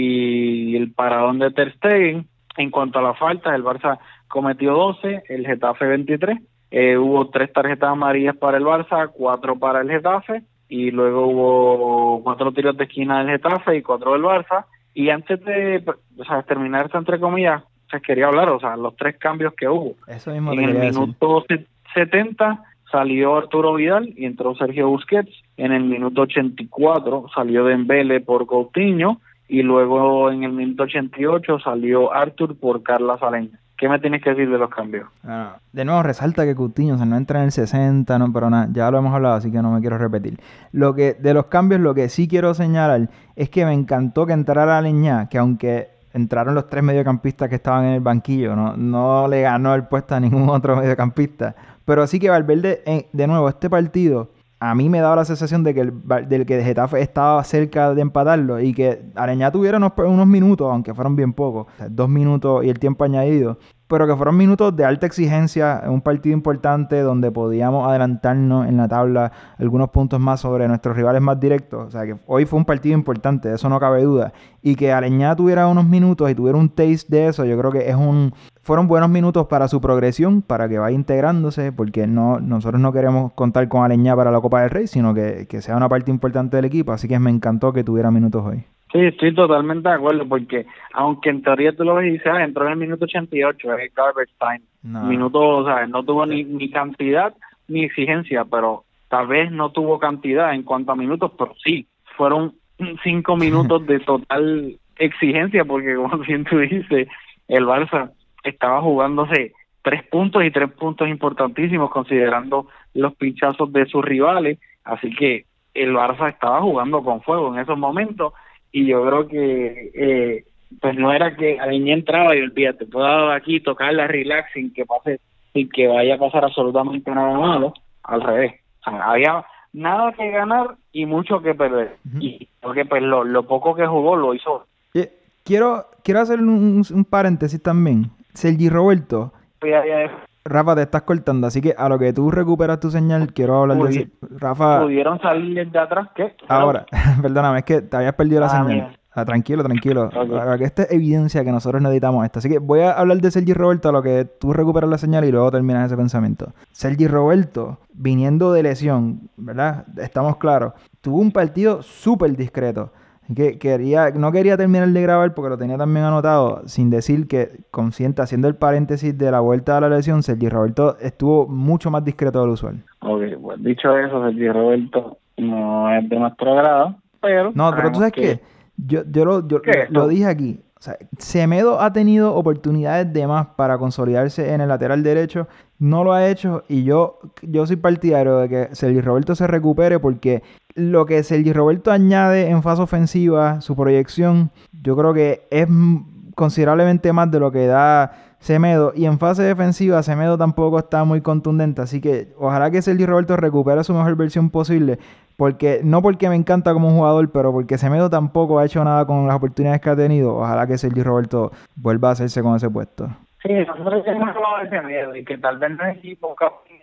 y el paradón de Ter Stegen. En cuanto a las faltas, el Barça cometió doce, el Getafe veintitrés. Eh, hubo tres tarjetas amarillas para el Barça, cuatro para el Getafe. Y luego hubo cuatro tiros de esquina del Getafe y cuatro del Barça. Y antes de, o sea, terminar esto, entre comillas, se quería hablar, o sea, los tres cambios que hubo. Eso mismo en te el quería minuto decir. setenta salió Arturo Vidal y entró Sergio Busquets. En el minuto ochenta y cuatro salió Dembélé por Coutinho. Y luego en el minuto ochenta y ocho salió Artur por Carla Saleña. ¿Qué me tienes que decir de los cambios? Ah, de nuevo, resalta que Coutinho, o sea, no entra en el sesenta, no, pero nada, ya lo hemos hablado, así que no me quiero repetir. Lo que, de los cambios, lo que sí quiero señalar es que me encantó que entrara Aleñá, que aunque entraron los tres mediocampistas que estaban en el banquillo, no, no le ganó el puesto a ningún otro mediocampista. Pero sí que Valverde, eh, de nuevo, este partido, a mí me daba la sensación de que el, del que el Getafe estaba cerca de empatarlo y que Aleñá tuviera unos, unos minutos, aunque fueron bien pocos, o sea, dos minutos y el tiempo añadido, pero que fueron minutos de alta exigencia, un partido importante donde podíamos adelantarnos en la tabla algunos puntos más sobre nuestros rivales más directos. O sea, que hoy fue un partido importante, de eso no cabe duda. Y que Aleñá tuviera unos minutos y tuviera un taste de eso, yo creo que es un fueron buenos minutos para su progresión, para que vaya integrándose, porque no nosotros no queremos contar con Aleñá para la Copa del Rey, sino que, que sea una parte importante del equipo. Así que me encantó que tuviera minutos hoy. Sí, estoy totalmente de acuerdo, porque aunque en teoría tú lo ves y dices, ah, entró en el minuto ochenta y ocho, es garbage time. No. Minuto, o sea, no tuvo ni, ni cantidad ni exigencia, pero tal vez no tuvo cantidad en cuanto a minutos, pero sí, fueron cinco minutos de total exigencia, porque como bien tú dices, el Barça estaba jugándose tres puntos y tres puntos importantísimos considerando los pinchazos de sus rivales, así que el Barça estaba jugando con fuego en esos momentos. Y yo creo que eh, pues no era que Aleñá entraba y olvídate, puedo aquí tocarla relax sin que pase, sin que vaya a pasar absolutamente nada malo. Al revés, o sea, había nada que ganar y mucho que perder. Uh-huh. Y porque pues lo, lo poco que jugó lo hizo. Eh, quiero quiero hacer un, un paréntesis también. Sergi Roberto. Ya, ya, Rafa, te estás cortando, así que a lo que tú recuperas tu señal, quiero hablar Pudi- de eso. Rafa... ¿Pudieron salir de atrás? ¿Qué? Ahora, perdóname, es que te habías perdido la ah, señal. Ah, tranquilo, tranquilo. Okay. Para que esta es evidencia que nosotros necesitamos esto. Así que voy a hablar de Sergi Roberto a lo que tú recuperas la señal y luego terminas ese pensamiento. Sergi Roberto, viniendo de lesión, ¿verdad? Estamos claros. Tuvo un partido súper discreto. Que quería, no quería terminar de grabar porque lo tenía también anotado, sin decir que, consciente, haciendo el paréntesis de la vuelta a la lesión, Sergi Roberto estuvo mucho más discreto del usual. Ok, pues dicho eso, Sergi Roberto no es de nuestro agrado, pero... No, pero tú sabes que... qué, yo, yo, lo, yo lo dije aquí, o sea, Semedo ha tenido oportunidades de más para consolidarse en el lateral derecho, no lo ha hecho y yo, yo soy partidario de que Sergi Roberto se recupere porque lo que Sergi Roberto añade en fase ofensiva, su proyección, yo creo que es considerablemente más de lo que da Semedo. Y en fase defensiva, Semedo tampoco está muy contundente. Así que ojalá que Sergi Roberto recupere su mejor versión posible. Porque no porque me encanta como jugador, pero porque Semedo tampoco ha hecho nada con las oportunidades que ha tenido. Ojalá que Sergi Roberto vuelva a hacerse con ese puesto. Sí, nosotros hemos hablado de Semedo y que tal vez no es equipo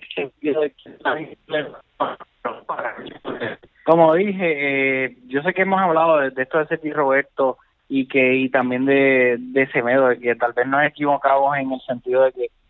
como dije, eh, yo sé que hemos hablado de, de esto de Sergi Roberto y que y también de, de Semedo, de que tal vez nos equivocamos en el sentido de que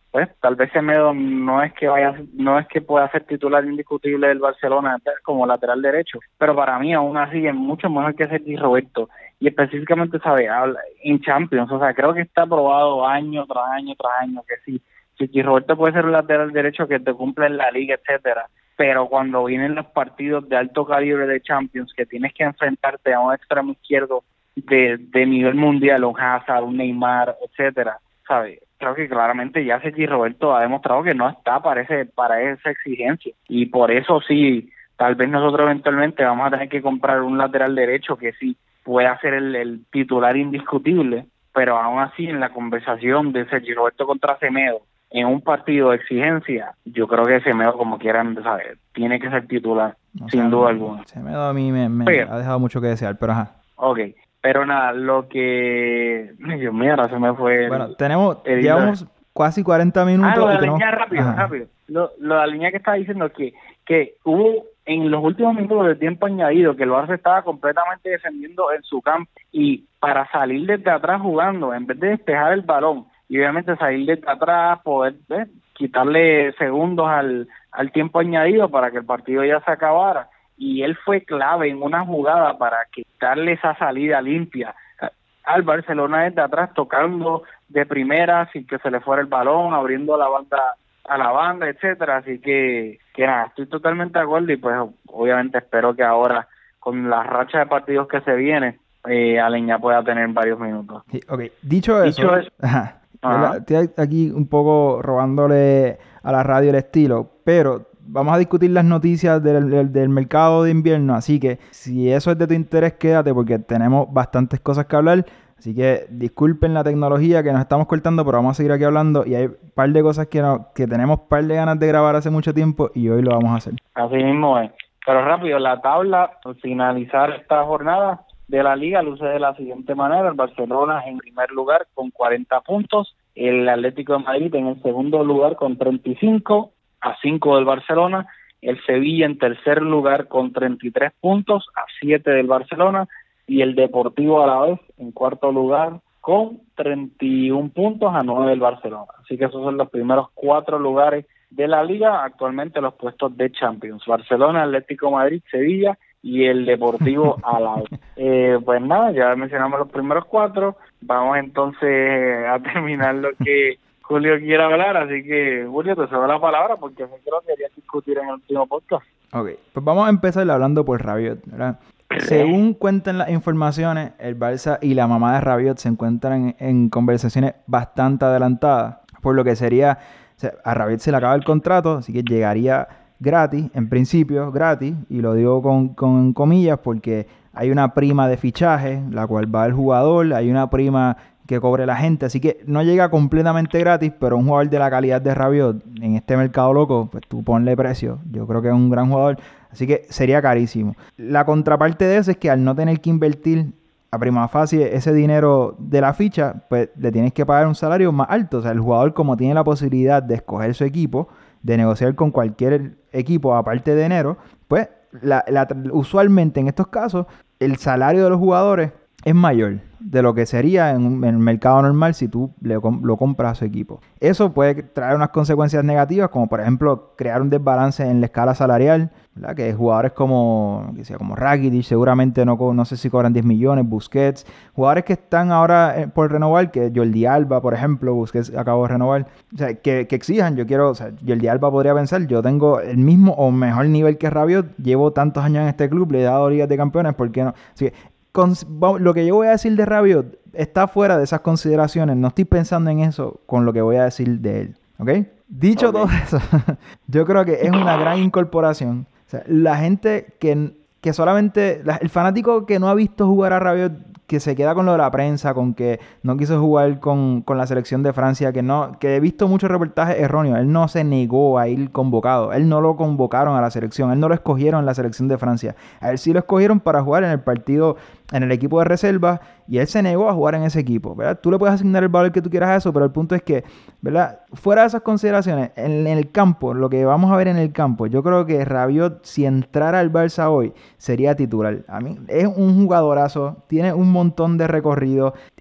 pues tal vez Semedo no es que vaya, no es que pueda ser titular indiscutible del Barcelona como lateral derecho, pero para mí aún así es mucho mejor que Sergi Roberto, y específicamente, ¿sabe? Habla en Champions, o sea, creo que está probado año tras año tras año que sí, Sergi Roberto puede ser un lateral derecho que te cumple en la liga, etcétera, pero cuando vienen los partidos de alto calibre de Champions, que tienes que enfrentarte a un extremo izquierdo de, de nivel mundial, un Hazard, un Neymar, etcétera, ¿sabes? Creo que claramente ya Sergi Roberto ha demostrado que no está para ese, para esa exigencia, y por eso sí, tal vez nosotros eventualmente vamos a tener que comprar un lateral derecho que sí pueda ser el, el titular indiscutible, pero aún así en la conversación de Sergi Roberto contra Semedo en un partido de exigencia, yo creo que Semedo, como quieran saber, tiene que ser titular, o sin sea, duda alguna. Semedo a mí me, me Pero, ha dejado mucho que desear, pero ajá. Ok, pero nada, lo que... Dios mío, ahora se me fue... El, bueno, tenemos, el, llevamos casi cuarenta minutos. Ah, lo de la tenemos... línea rápido, ajá. rápido. Lo, lo de la línea que estaba diciendo que, que hubo en los últimos minutos de tiempo añadido que el Barça estaba completamente defendiendo en su campo, y para salir desde atrás jugando, en vez de despejar el balón, y obviamente salir desde atrás, poder ¿ves? quitarle segundos al, al tiempo añadido para que el partido ya se acabara, y él fue clave en una jugada para quitarle esa salida limpia al Barcelona desde atrás, tocando de primera sin que se le fuera el balón, abriendo la banda a la banda, etcétera. Así que, que nada, estoy totalmente de acuerdo, y pues obviamente espero que ahora con la racha de partidos que se viene, eh, Aleñá pueda tener varios minutos. Sí, ok, dicho eso, Dicho eso ajá, ajá. estoy aquí un poco robándole a la radio el estilo, pero vamos a discutir las noticias del, del, del mercado de invierno, así que si eso es de tu interés, quédate porque tenemos bastantes cosas que hablar. Así que disculpen la tecnología que nos estamos cortando, pero vamos a seguir aquí hablando, y hay un par de cosas que, no, que tenemos un par de ganas de grabar hace mucho tiempo y hoy lo vamos a hacer. Así mismo es. Pero rápido, la tabla, al finalizar esta jornada de la Liga, luce de la siguiente manera: el Barcelona en primer lugar con cuarenta puntos, el Atlético de Madrid en el segundo lugar con treinta y cinco, a cinco del Barcelona, el Sevilla en tercer lugar con treinta y tres puntos, a siete del Barcelona, y el Deportivo Alavés en cuarto lugar con treinta y uno puntos, a nueve del Barcelona. Así que esos son los primeros cuatro lugares de la Liga, actualmente los puestos de Champions: Barcelona, Atlético de Madrid, Sevilla y el Deportivo Alavés. Eh, pues nada, ya mencionamos los primeros cuatro, vamos entonces a terminar lo que Julio quiere hablar, así que Julio, te cedo la palabra porque yo creo que querías discutir en el último podcast. Ok, pues vamos a empezar hablando por Rabiot, ¿verdad? Según cuentan las informaciones, el Barça y la mamá de Rabiot se encuentran en, en conversaciones bastante adelantadas, por lo que sería, o sea, a Rabiot se le acaba el contrato, así que llegaría gratis, en principio gratis, y lo digo con, con comillas porque hay una prima de fichaje, la cual va el jugador, hay una prima que cobre la gente, así que no llega completamente gratis, pero un jugador de la calidad de Rabiot en este mercado loco, pues tú ponle precio, yo creo que es un gran jugador, así que sería carísimo. La contraparte de eso es que al no tener que invertir a prima facie ese dinero de la ficha, pues le tienes que pagar un salario más alto. O sea, el jugador, como tiene la posibilidad de escoger su equipo, de negociar con cualquier equipo aparte de enero, pues la, la, usualmente en estos casos el salario de los jugadores es mayor de lo que sería en, un, en el mercado normal si tú le, lo compras a su equipo. Eso puede traer unas consecuencias negativas, como por ejemplo crear un desbalance en la escala salarial, ¿verdad? Que jugadores como, que sea, como Rakitic seguramente no, no sé si cobran diez millones, Busquets, jugadores que están ahora por renovar, que Jordi Alba, por ejemplo, Busquets acabó de renovar, o sea, que, que exijan, yo quiero, o sea, Jordi Alba podría pensar, yo tengo el mismo o mejor nivel que Rabiot, llevo tantos años en este club, le he dado ligas de campeones, ¿por qué no? Así que Con, lo que yo voy a decir de Rabiot está fuera de esas consideraciones. No estoy pensando en eso con lo que voy a decir de él. ¿Ok? Dicho okay. todo eso, yo creo que es una gran incorporación. O sea, la gente que, que solamente... La, el fanático que no ha visto jugar a Rabiot, que se queda con lo de la prensa, con que no quiso jugar con, con la selección de Francia, que no que he visto muchos reportajes erróneos. Él no se negó a ir convocado. Él no lo convocaron a la selección. Él no lo escogieron en la selección de Francia. A él sí lo escogieron para jugar en el partido, en el equipo de reserva, y él se negó a jugar en ese equipo, ¿verdad? Tú le puedes asignar el valor que tú quieras a eso, pero el punto es que, ¿verdad? Fuera de esas consideraciones, en, en el campo, lo que vamos a ver en el campo, yo creo que Rabiot, si entrara al Barça hoy, sería titular. A mí es un jugadorazo, tiene un montón de recorrido,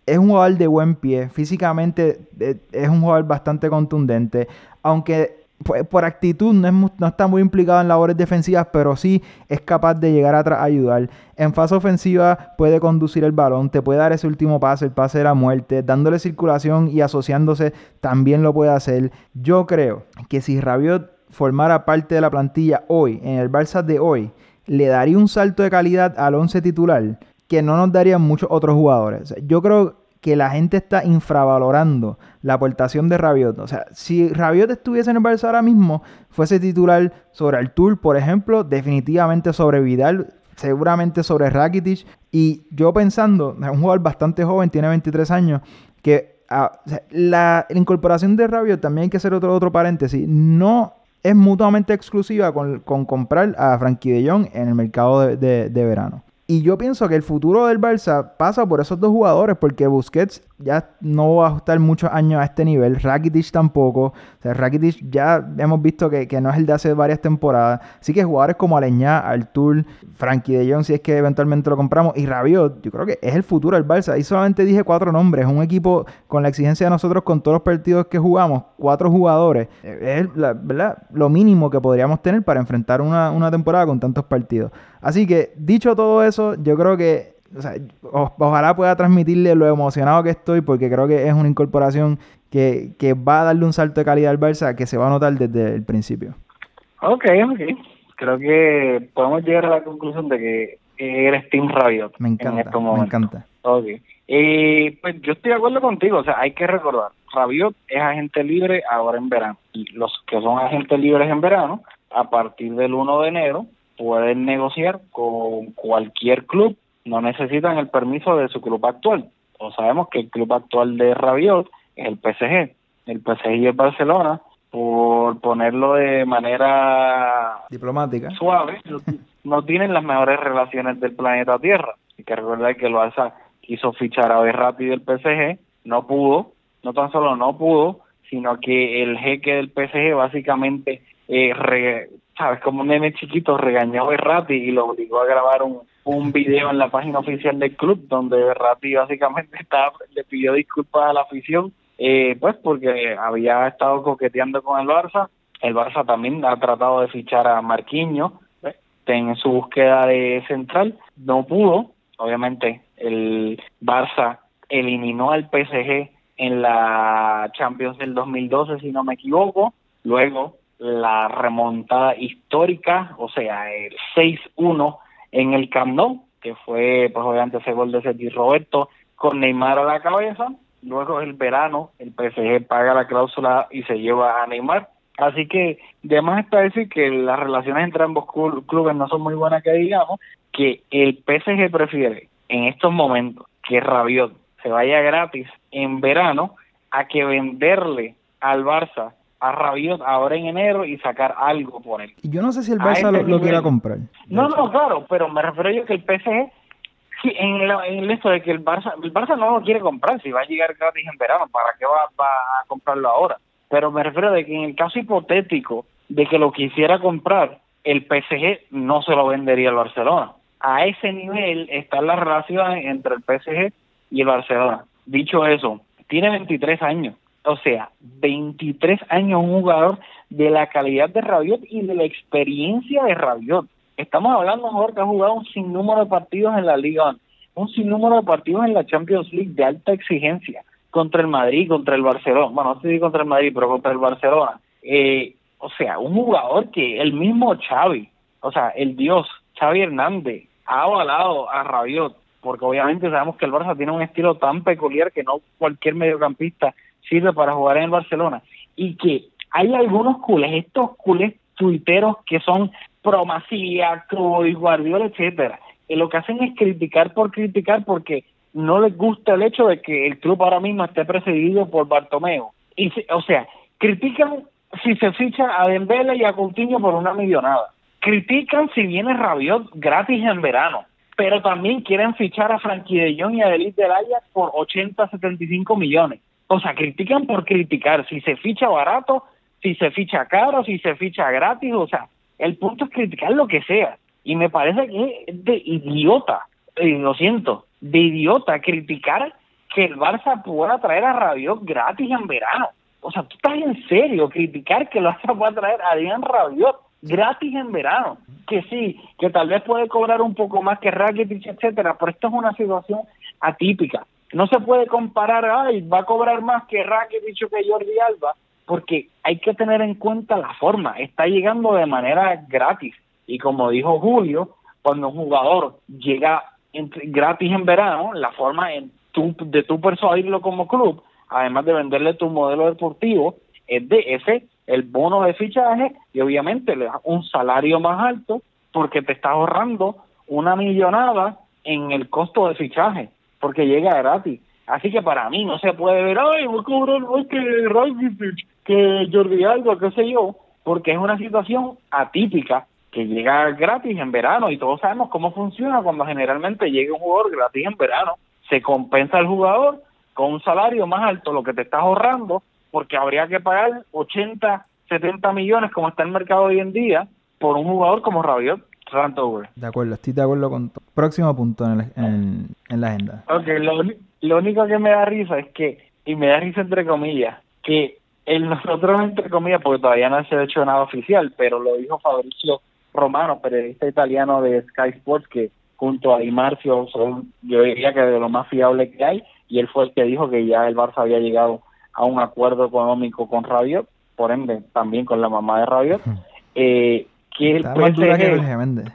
es un jugador de buen pie, físicamente eh, es un jugador bastante contundente, aunque pues, por actitud no, es, no está muy implicado en labores defensivas, pero sí es capaz de llegar atrás a ayudar. En fase ofensiva puede conducir el balón, te puede dar ese último pase, el pase de la muerte, dándole circulación y asociándose también lo puede hacer. Yo creo que si Rabiot formara parte de la plantilla hoy, en el Barça de hoy, le daría un salto de calidad al once titular que no nos darían muchos otros jugadores. O sea, yo creo que la gente está infravalorando la aportación de Rabiot. O sea, si Rabiot estuviese en el Barça ahora mismo, fuese titular sobre Artur, por ejemplo, definitivamente sobre Vidal, seguramente sobre Rakitic. Y yo pensando, es un jugador bastante joven, tiene veintitrés años, que uh, o sea, la, la incorporación de Rabiot, también hay que hacer otro, otro paréntesis, no es mutuamente exclusiva con, con comprar a Frenkie de Jong en el mercado de, de, de verano. Y yo pienso que el futuro del Barça pasa por esos dos jugadores, porque Busquets ya no va a estar muchos años a este nivel, Rakitic tampoco. O sea, Rakitic ya hemos visto que, que no es el de hace varias temporadas. Así que jugadores como Aleñá, Artur, Frenkie de Jong, si es que eventualmente lo compramos, y Rabiot, yo creo que es el futuro del Barça. Ahí solamente dije cuatro nombres. Un equipo con la exigencia de nosotros, con todos los partidos que jugamos, cuatro jugadores. Es la, ¿verdad? Lo mínimo que podríamos tener para enfrentar una, una temporada con tantos partidos. Así que, dicho todo eso, yo creo que, o sea, o, ojalá pueda transmitirle lo emocionado que estoy, porque creo que es una incorporación que, que va a darle un salto de calidad al Barça que se va a notar desde el principio. Ok, ok. Creo que podemos llegar a la conclusión de que eres Team Rabiot. Me encanta, me encanta. Ok. Eh, pues yo estoy de acuerdo contigo, o sea, hay que recordar, Rabiot es agente libre ahora en verano, y los que son agentes libres en verano, a partir del uno de enero, pueden negociar con cualquier club, no necesitan el permiso de su club actual. Todos sabemos que el club actual de Rabiot es el P S G. El P S G y el Barcelona, por ponerlo de manera diplomática, suave, no, no tienen las mejores relaciones del planeta Tierra. Hay que recordar que el Barça quiso fichar a Verratti del P S G, no pudo, no tan solo no pudo, sino que el jeque del P S G básicamente eh, re, ¿sabes? Como un nene chiquito regañó a Verratti y lo obligó a grabar un, un video en la página oficial del club donde Verratti básicamente estaba, le pidió disculpas a la afición, eh, pues porque había estado coqueteando con el Barça. El Barça también ha tratado de fichar a Marquinhos, ¿ves? En su búsqueda de central, no pudo. Obviamente el Barça eliminó al P S G en la Champions del dos mil doce, si no me equivoco. Luego la remontada histórica, o sea, el seis uno en el Camp Nou, que fue pues obviamente ese gol de Sergi Roberto con Neymar a la cabeza. Luego el verano el P S G paga la cláusula y se lleva a Neymar. Así que de más está decir que las relaciones entre ambos clubes no son muy buenas, que digamos, que el P S G prefiere en estos momentos que Rabiot se vaya gratis en verano a que venderle al Barça a Rabiot ahora en enero y sacar algo por él. Y yo no sé si el Barça lo, lo quiera comprar. No, no, claro, pero me refiero yo que el P S G, sí, en, la, en el esto de que el Barça, el Barça no lo quiere comprar, si va a llegar gratis en verano, ¿para qué va, va a comprarlo ahora? Pero me refiero de que en el caso hipotético de que lo quisiera comprar, el P S G no se lo vendería al Barcelona. A ese nivel están las relaciones entre el P S G y el Barcelona. Dicho eso, tiene veintitrés años. O sea, veintitrés años un jugador de la calidad de Rabiot y de la experiencia de Rabiot. Estamos hablando de un jugador que ha jugado un sinnúmero de partidos en la Liga, un sinnúmero de partidos en la Champions League de alta exigencia, contra el Madrid, contra el Barcelona. Bueno, no sé si contra el Madrid, pero contra el Barcelona. Eh, o sea, un jugador que el mismo Xavi, o sea, el dios Xavi Hernández, ha avalado a Rabiot, porque obviamente sabemos que el Barça tiene un estilo tan peculiar que no cualquier mediocampista sirve para jugar en el Barcelona, y que hay algunos culés, estos culés tuiteros que son pro Masía, Cruyff, Guardiola, etcétera, que lo que hacen es criticar por criticar porque no les gusta el hecho de que el club ahora mismo esté presidido por Bartomeu. Y se, o sea, critican si se ficha a Dembélé y a Coutinho por una millonada. Critican si viene Rabiot gratis en verano, pero también quieren fichar a Frenkie de Jong y a Delis del Ajax por ochenta, setenta y cinco millones. O sea, critican por criticar, si se ficha barato, si se ficha caro, si se ficha gratis, o sea, el punto es criticar lo que sea. Y me parece que es de idiota, eh, lo siento, de idiota criticar que el Barça pueda traer a Rabiot gratis en verano. O sea, tú estás en serio criticar que el Barça pueda traer a Adrián Rabiot gratis en verano. Que sí, que tal vez puede cobrar un poco más que Rakitic, etcétera, pero esto es una situación atípica. No se puede comparar, ay, va a cobrar más que Rakitic o que Jordi Alba, porque hay que tener en cuenta la forma. Está llegando de manera gratis. Y como dijo Julio, cuando un jugador llega en, gratis en verano, la forma en tu, de tú persuadirlo como club, además de venderle tu modelo deportivo, es de ese, el bono de fichaje, y obviamente le das un salario más alto porque te estás ahorrando una millonada en el costo de fichaje, porque llega gratis. Así que para mí no se puede ver, ay, voy a cobrar más que Rakitic, que Jordi Alba, qué sé yo, porque es una situación atípica que llega gratis en verano, y todos sabemos cómo funciona cuando generalmente llega un jugador gratis en verano. Se compensa al jugador con un salario más alto, lo que te estás ahorrando, porque habría que pagar ochenta, setenta millones, como está el mercado hoy en día, por un jugador como Rabiot. De acuerdo, estoy de acuerdo con todo. Próximo punto en, el, en, en la agenda. Ok, lo, lo único que me da risa es que, y me da risa entre comillas, que el nosotros entre comillas, porque todavía no se ha hecho nada oficial, pero lo dijo Fabrizio Romano, periodista italiano de Sky Sports, que junto a Di Marzio son, yo diría que de lo más fiable que hay, y él fue el que dijo que ya el Barça había llegado a un acuerdo económico con Rabiot, por ende también con la mamá de Rabiot, eh, que el P S G,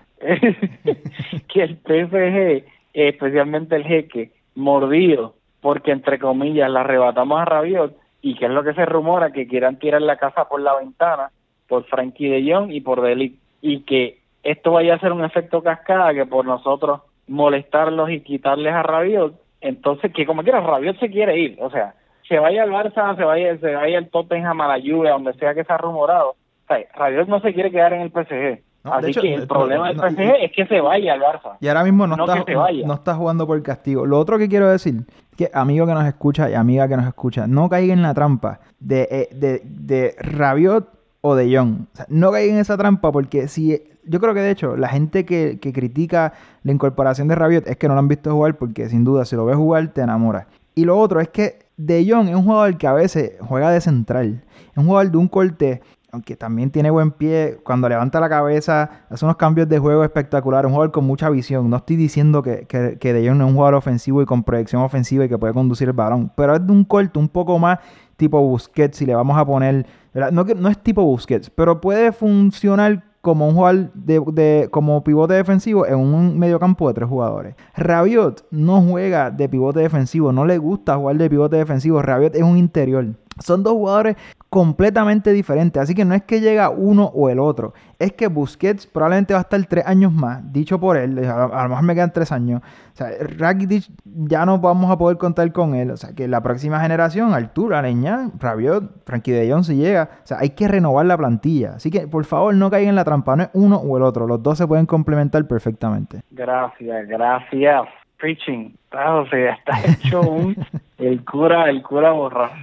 que el P S G, especialmente el Jeque, mordido, porque entre comillas le arrebatamos a Rabiot, y que es lo que se rumora, que quieran tirar la casa por la ventana por Frenkie de Jong y por De Ligt, y que esto vaya a ser un efecto cascada, que por nosotros molestarlos y quitarles a Rabiot, entonces que como quiera Rabiot se quiere ir, o sea, se vaya al Barça, se vaya, se vaya al Tottenham, a la Juve, a donde sea que se ha rumorado, o sea, Rabiot no se quiere quedar en el P S G. No, así hecho, que el problema no, del P S G no, es que se vaya al Barça. Y ahora mismo no, no, está, no, no está jugando por castigo. Lo otro que quiero decir, que amigo que nos escucha y amiga que nos escucha, no caiga en la trampa de, de, de Rabiot o de Jong. O sea, no caiga en esa trampa, porque si yo creo que de hecho la gente que, que critica la incorporación de Rabiot es que no lo han visto jugar, porque sin duda si lo ves jugar te enamora. Y lo otro es que De Jong es un jugador que a veces juega de central. Es un jugador de un corte, aunque también tiene buen pie, cuando levanta la cabeza, hace unos cambios de juego espectaculares, un jugador con mucha visión. No estoy diciendo que, que, que De Jong no es un jugador ofensivo y con proyección ofensiva y que puede conducir el balón, pero es de un corte un poco más tipo Busquets, si le vamos a poner, ¿verdad? No, no es tipo Busquets, pero puede funcionar como un jugador de, de, como pivote defensivo en un mediocampo de tres jugadores. Rabiot no juega de pivote defensivo, no le gusta jugar de pivote defensivo. Rabiot es un interior. Son dos jugadores completamente diferentes, así que no es que llega uno o el otro, es que Busquets probablemente va a estar tres años más, dicho por él, a, a lo mejor me quedan tres años, o sea, Rakitic ya no vamos a poder contar con él, o sea, que la próxima generación, Arturo, Aleñá, Rabiot, Frenkie de Jong si llega, o sea, hay que renovar la plantilla, así que por favor no caigan en la trampa, no es uno o el otro, los dos se pueden complementar perfectamente. Gracias, gracias, preaching, o sea, está hecho un, el cura, el cura borracho.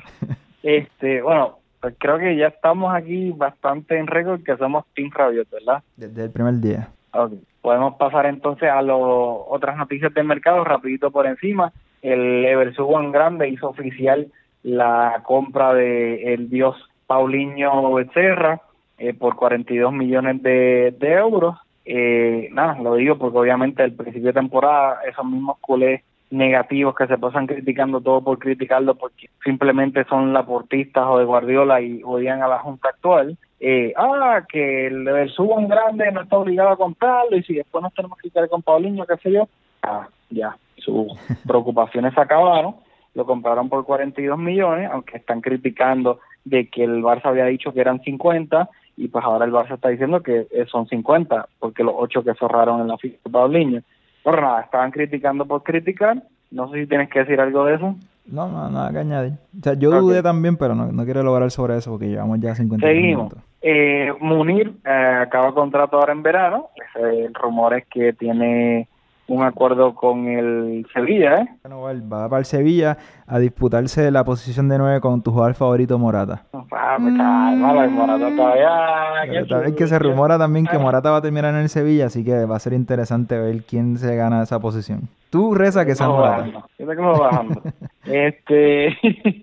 Este, bueno, pues creo que ya estamos aquí bastante en récord que somos Team Rabiot, ¿verdad? Desde el primer día. Ok, podemos pasar entonces a las otras noticias del mercado, rapidito por encima. El Eversugan Grande hizo oficial la compra de el dios Paulinho Becerra eh, por cuarenta y dos millones de, de euros. Eh, nada, lo digo porque obviamente al principio de temporada esos mismos culés negativos que se pasan criticando todo por criticarlo porque simplemente son laportistas o de Guardiola y odian a la junta actual, eh, ah, que el, el Subón Grande no está obligado a comprarlo y si después nos tenemos que quitar con Paulinho, qué sé yo, ah, ya, sus preocupaciones se acabaron, lo compraron por cuarenta y dos millones, aunque están criticando de que el Barça había dicho que eran cincuenta y pues ahora el Barça está diciendo que son cincuenta porque los ocho que cerraron en la ficha de Paulinho. Pero nada, estaban criticando por criticar. No sé si tienes que decir algo de eso. No, no, nada que añadir. O sea, yo okay. dudé también, pero no, no quiero lograr sobre eso porque llevamos ya cincuenta Seguimos. minutos. Eh, Munir eh, acaba contrato ahora en verano. El rumor es que tiene un acuerdo con el Sevilla, ¿eh? Bueno, va para el Sevilla a disputarse la posición de nueve con tu jugador favorito, Morata. No, papi, calma, la Morata todavía... Pero también que se rumora también que Morata va a terminar en el Sevilla, así que va a ser interesante ver quién se gana esa posición. Tú reza que sea Morata. Yo te como bajando. este...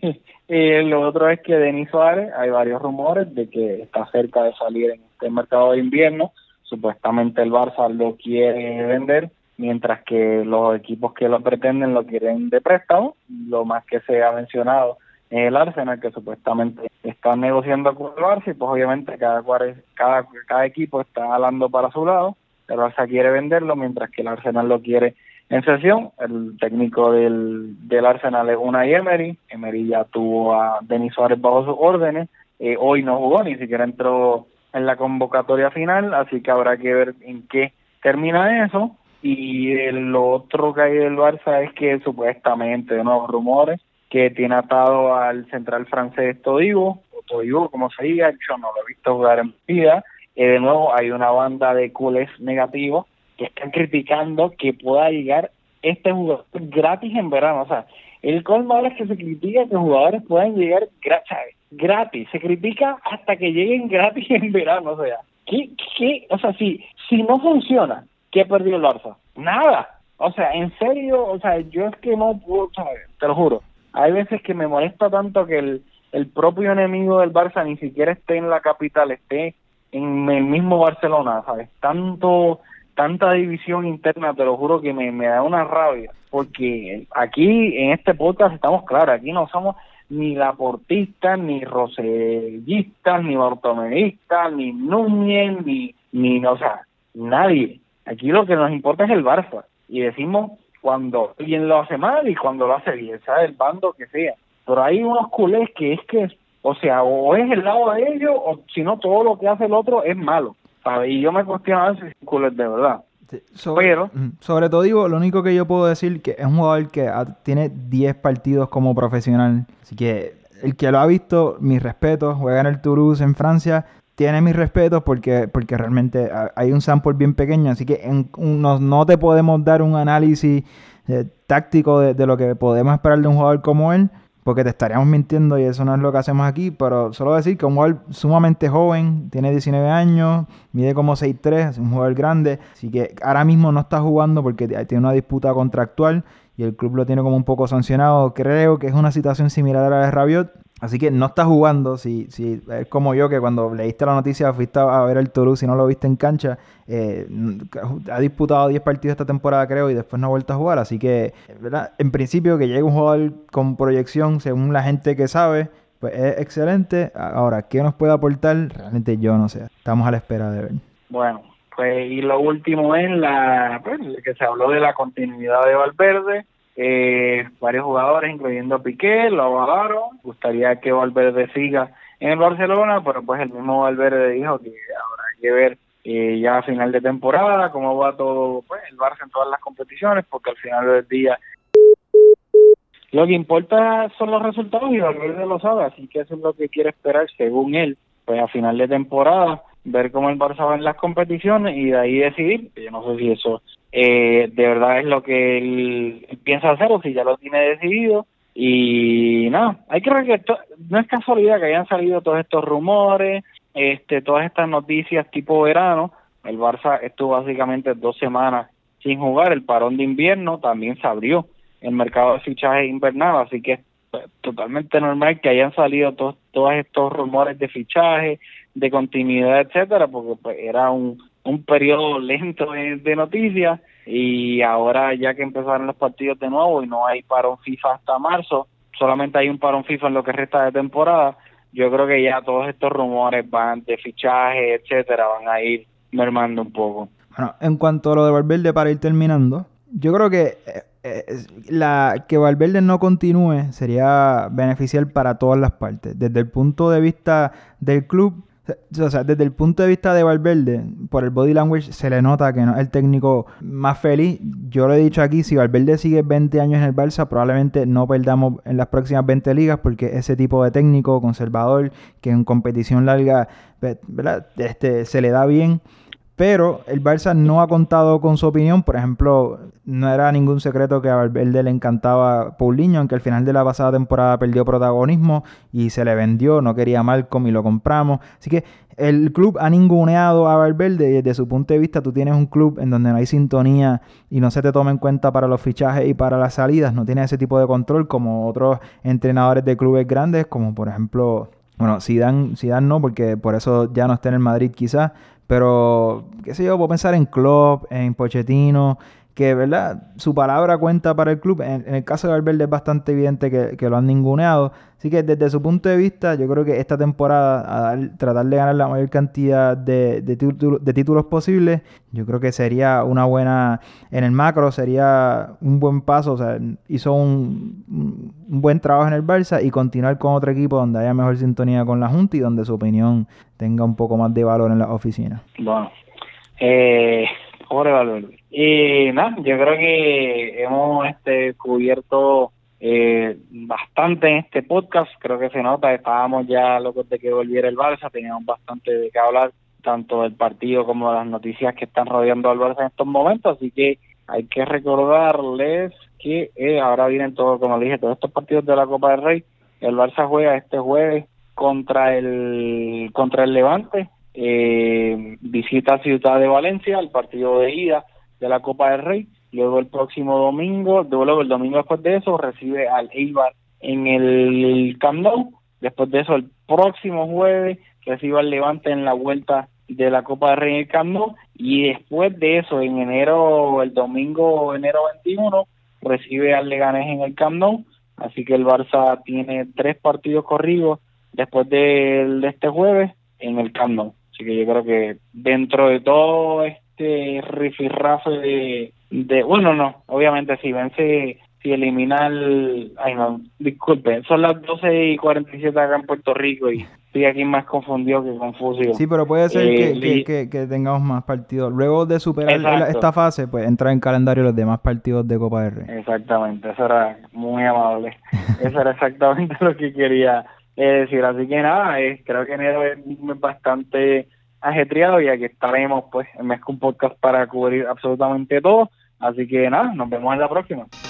Y lo otro es que Denis Suárez, hay varios rumores de que está cerca de salir en este mercado de invierno. Supuestamente el Barça lo quiere vender, mientras que los equipos que lo pretenden lo quieren de préstamo. Lo más que se ha mencionado es el Arsenal, que supuestamente está negociando con el Barça, y pues obviamente cada, cada, cada equipo está hablando para su lado. El Barça quiere venderlo, mientras que el Arsenal lo quiere en sesión. El técnico del, del Arsenal es Unai Emery. Emery ya tuvo a Denis Suárez bajo sus órdenes. Eh, hoy no jugó, ni siquiera entró en la convocatoria final, así que habrá que ver en qué termina eso. Y el, lo otro que hay del Barça es que supuestamente, de nuevos rumores, que tiene atado al central francés Todibo, o Todibo, como se diga, yo no lo he visto jugar en vida. Eh, de nuevo, hay una banda de culés negativos que están criticando que pueda llegar este jugador gratis en verano. O sea, el colmo ahora es que se critica que jugadores puedan llegar gratis. gratis. Se critica hasta que lleguen gratis en verano. O sea, ¿qué, qué? O sea, si, si no funciona, ¿qué perdió el Barça? Nada. O sea, en serio, o sea, yo es que no puedo, ¿sabes? Te lo juro. Hay veces que me molesta tanto que el, el propio enemigo del Barça ni siquiera esté en la capital, esté en el mismo Barcelona, ¿sabes? Tanto... tanta división interna, te lo juro que me, me da una rabia, porque aquí en este podcast estamos claros, aquí no somos ni laportistas, ni rosellistas, ni bartomeristas, ni Núñez, ni, ni, o sea, nadie. Aquí lo que nos importa es el Barça, y decimos cuando alguien lo hace mal y cuando lo hace bien, sea el bando que sea. Pero hay unos culés que es que, o sea, o es el lado de ellos, o si no, todo lo que hace el otro es malo. Y yo me cuestionaba si es culés de verdad. Sí, sobre, pero sobre todo digo, lo único que yo puedo decir que es un jugador que ha, tiene diez partidos como profesional, así que el que lo ha visto, mis respetos, juega en el Toulouse en Francia, tiene mis respetos porque porque realmente hay un sample bien pequeño, así que en, no, no te podemos dar un análisis eh, táctico de, de lo que podemos esperar de un jugador como él, porque te estaríamos mintiendo y eso no es lo que hacemos aquí, pero solo decir que un jugador sumamente joven, tiene diecinueve años, mide como seis tres, es un jugador grande, así que ahora mismo no está jugando porque tiene una disputa contractual y el club lo tiene como un poco sancionado. Creo que es una situación similar a la de Rabiot, así que no está jugando. Si, si es como yo, que cuando leíste la noticia fuiste a ver el Toulouse y no lo viste en cancha, eh, ha disputado diez partidos esta temporada, creo, y después no ha vuelto a jugar, así que, ¿verdad? En principio que llegue un jugador con proyección según la gente que sabe, pues es excelente. Ahora, ¿qué nos puede aportar? Realmente yo no sé, estamos a la espera de ver. Bueno, pues y lo último es la pues, que se habló de la continuidad de Valverde. Eh, varios jugadores, incluyendo Piqué, lo avalaron. Gustaría que Valverde siga en el Barcelona, pero pues el mismo Valverde dijo que habrá que ver eh, ya a final de temporada cómo va todo, pues el Barça en todas las competiciones, porque al final del día lo que importa son los resultados y Valverde lo sabe, así que eso es lo que quiere esperar, según él, pues a final de temporada, ver cómo el Barça va en las competiciones y de ahí decidir. Yo no sé si eso eh, de verdad es lo que él, él piensa hacer o si ya lo tiene decidido. Y nada, hay que ver que esto, no es casualidad que hayan salido todos estos rumores, este, todas estas noticias tipo verano. El Barça estuvo básicamente dos semanas sin jugar, el parón de invierno también se abrió el mercado de fichajes invernal, así que es totalmente normal que hayan salido todos todos estos rumores de fichaje, de continuidad, etcétera, porque pues era un, un periodo lento de, de noticias, y ahora ya que empezaron los partidos de nuevo y no hay parón FIFA hasta marzo, solamente hay un parón FIFA en lo que resta de temporada, yo creo que ya todos estos rumores van de fichaje, etcétera, van a ir mermando un poco. Bueno, en cuanto a lo de Valverde, para ir terminando, yo creo que eh, eh, la que Valverde no continúe sería beneficial para todas las partes. Desde el punto de vista del club, o sea, desde el punto de vista de Valverde, por el body language se le nota que no es el técnico más feliz. Yo lo he dicho aquí, si Valverde sigue veinte años en el Barça, probablemente no perdamos en las próximas veinte ligas, porque ese tipo de técnico conservador que en competición larga, ¿verdad? Este, se le da bien. Pero el Barça no ha contado con su opinión. Por ejemplo, no era ningún secreto que a Valverde le encantaba Paulinho, aunque al final de la pasada temporada perdió protagonismo y se le vendió, no quería Malcom y lo compramos. Así que el club ha ninguneado a Valverde y desde su punto de vista tú tienes un club en donde no hay sintonía y no se te toma en cuenta para los fichajes y para las salidas, no tienes ese tipo de control como otros entrenadores de clubes grandes, como por ejemplo, bueno, Zidane, Zidane no, porque por eso ya no está en el Madrid quizás, pero, qué sé yo, puedo pensar en Klopp, en Pochettino, que, ¿verdad? Su palabra cuenta para el club. En, en el caso de Valverde es bastante evidente que, que lo han ninguneado. Así que desde su punto de vista, yo creo que esta temporada, a dar, tratar de ganar la mayor cantidad de, de, títulos, de títulos posibles, yo creo que sería una buena, en el macro sería un buen paso. O sea, hizo un, un buen trabajo en el Barça y continuar con otro equipo donde haya mejor sintonía con la Junta y donde su opinión tenga un poco más de valor en las oficinas. Bueno, eh, pobre Valverde. Y nada, yo creo que hemos este, cubierto eh, bastante en este podcast. Creo que se nota, estábamos ya locos de que volviera el Barça, teníamos bastante de qué hablar, tanto del partido como de las noticias que están rodeando al Barça en estos momentos, así que hay que recordarles que eh, ahora vienen todos, como dije, todos estos partidos de la Copa del Rey. El Barça juega este jueves contra el contra el Levante, eh, visita Ciudad de Valencia, el partido de ida de la Copa del Rey. Luego el próximo domingo, luego el domingo después de eso, recibe al Eibar en el Camp Nou. Después de eso, el próximo jueves, recibe al Levante en la vuelta de la Copa del Rey en el Camp Nou. Y después de eso, en enero, el domingo, enero veintiuno, recibe al Leganés en el Camp Nou. Así que el Barça tiene tres partidos corridos después de, de este jueves en el Camp Nou. Así que yo creo que dentro de todo este rifirrafe de, de bueno, no, obviamente si vence, si elimina el, ay no, disculpen, son las doce y cuarenta y siete acá en Puerto Rico y estoy aquí más confundido que confuso. Sí, pero puede ser eh, que, li- que, que, que tengamos más partidos. Luego de superar Exacto. la- esta fase, pues entra en calendario los demás partidos de Copa del Rey. Exactamente, eso era muy amable. Eso era exactamente lo que quería eh, decir. Así que nada, eh, creo que enero es bastante ajetreado y aquí estaremos pues en Mezcum Podcast para cubrir absolutamente todo. Así que nada, nos vemos en la próxima.